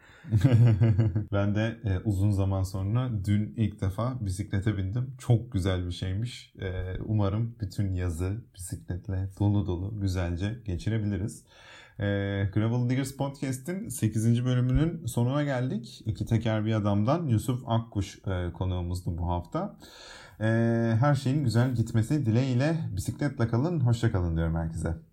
Ben de uzun zaman sonra dün ilk defa bisiklete bindim. Çok güzel bir şeymiş. Umarım bütün yazı bisikletle dolu dolu güzelce geçirebiliriz. Gravel Diggers Podcast'in 8. bölümünün sonuna geldik. İki teker bir adamdan Yusuf Akkuş konuğumuzdu bu hafta. Her şeyin güzel gitmesi dileğiyle bisikletle kalın, hoşça kalın diyorum herkese.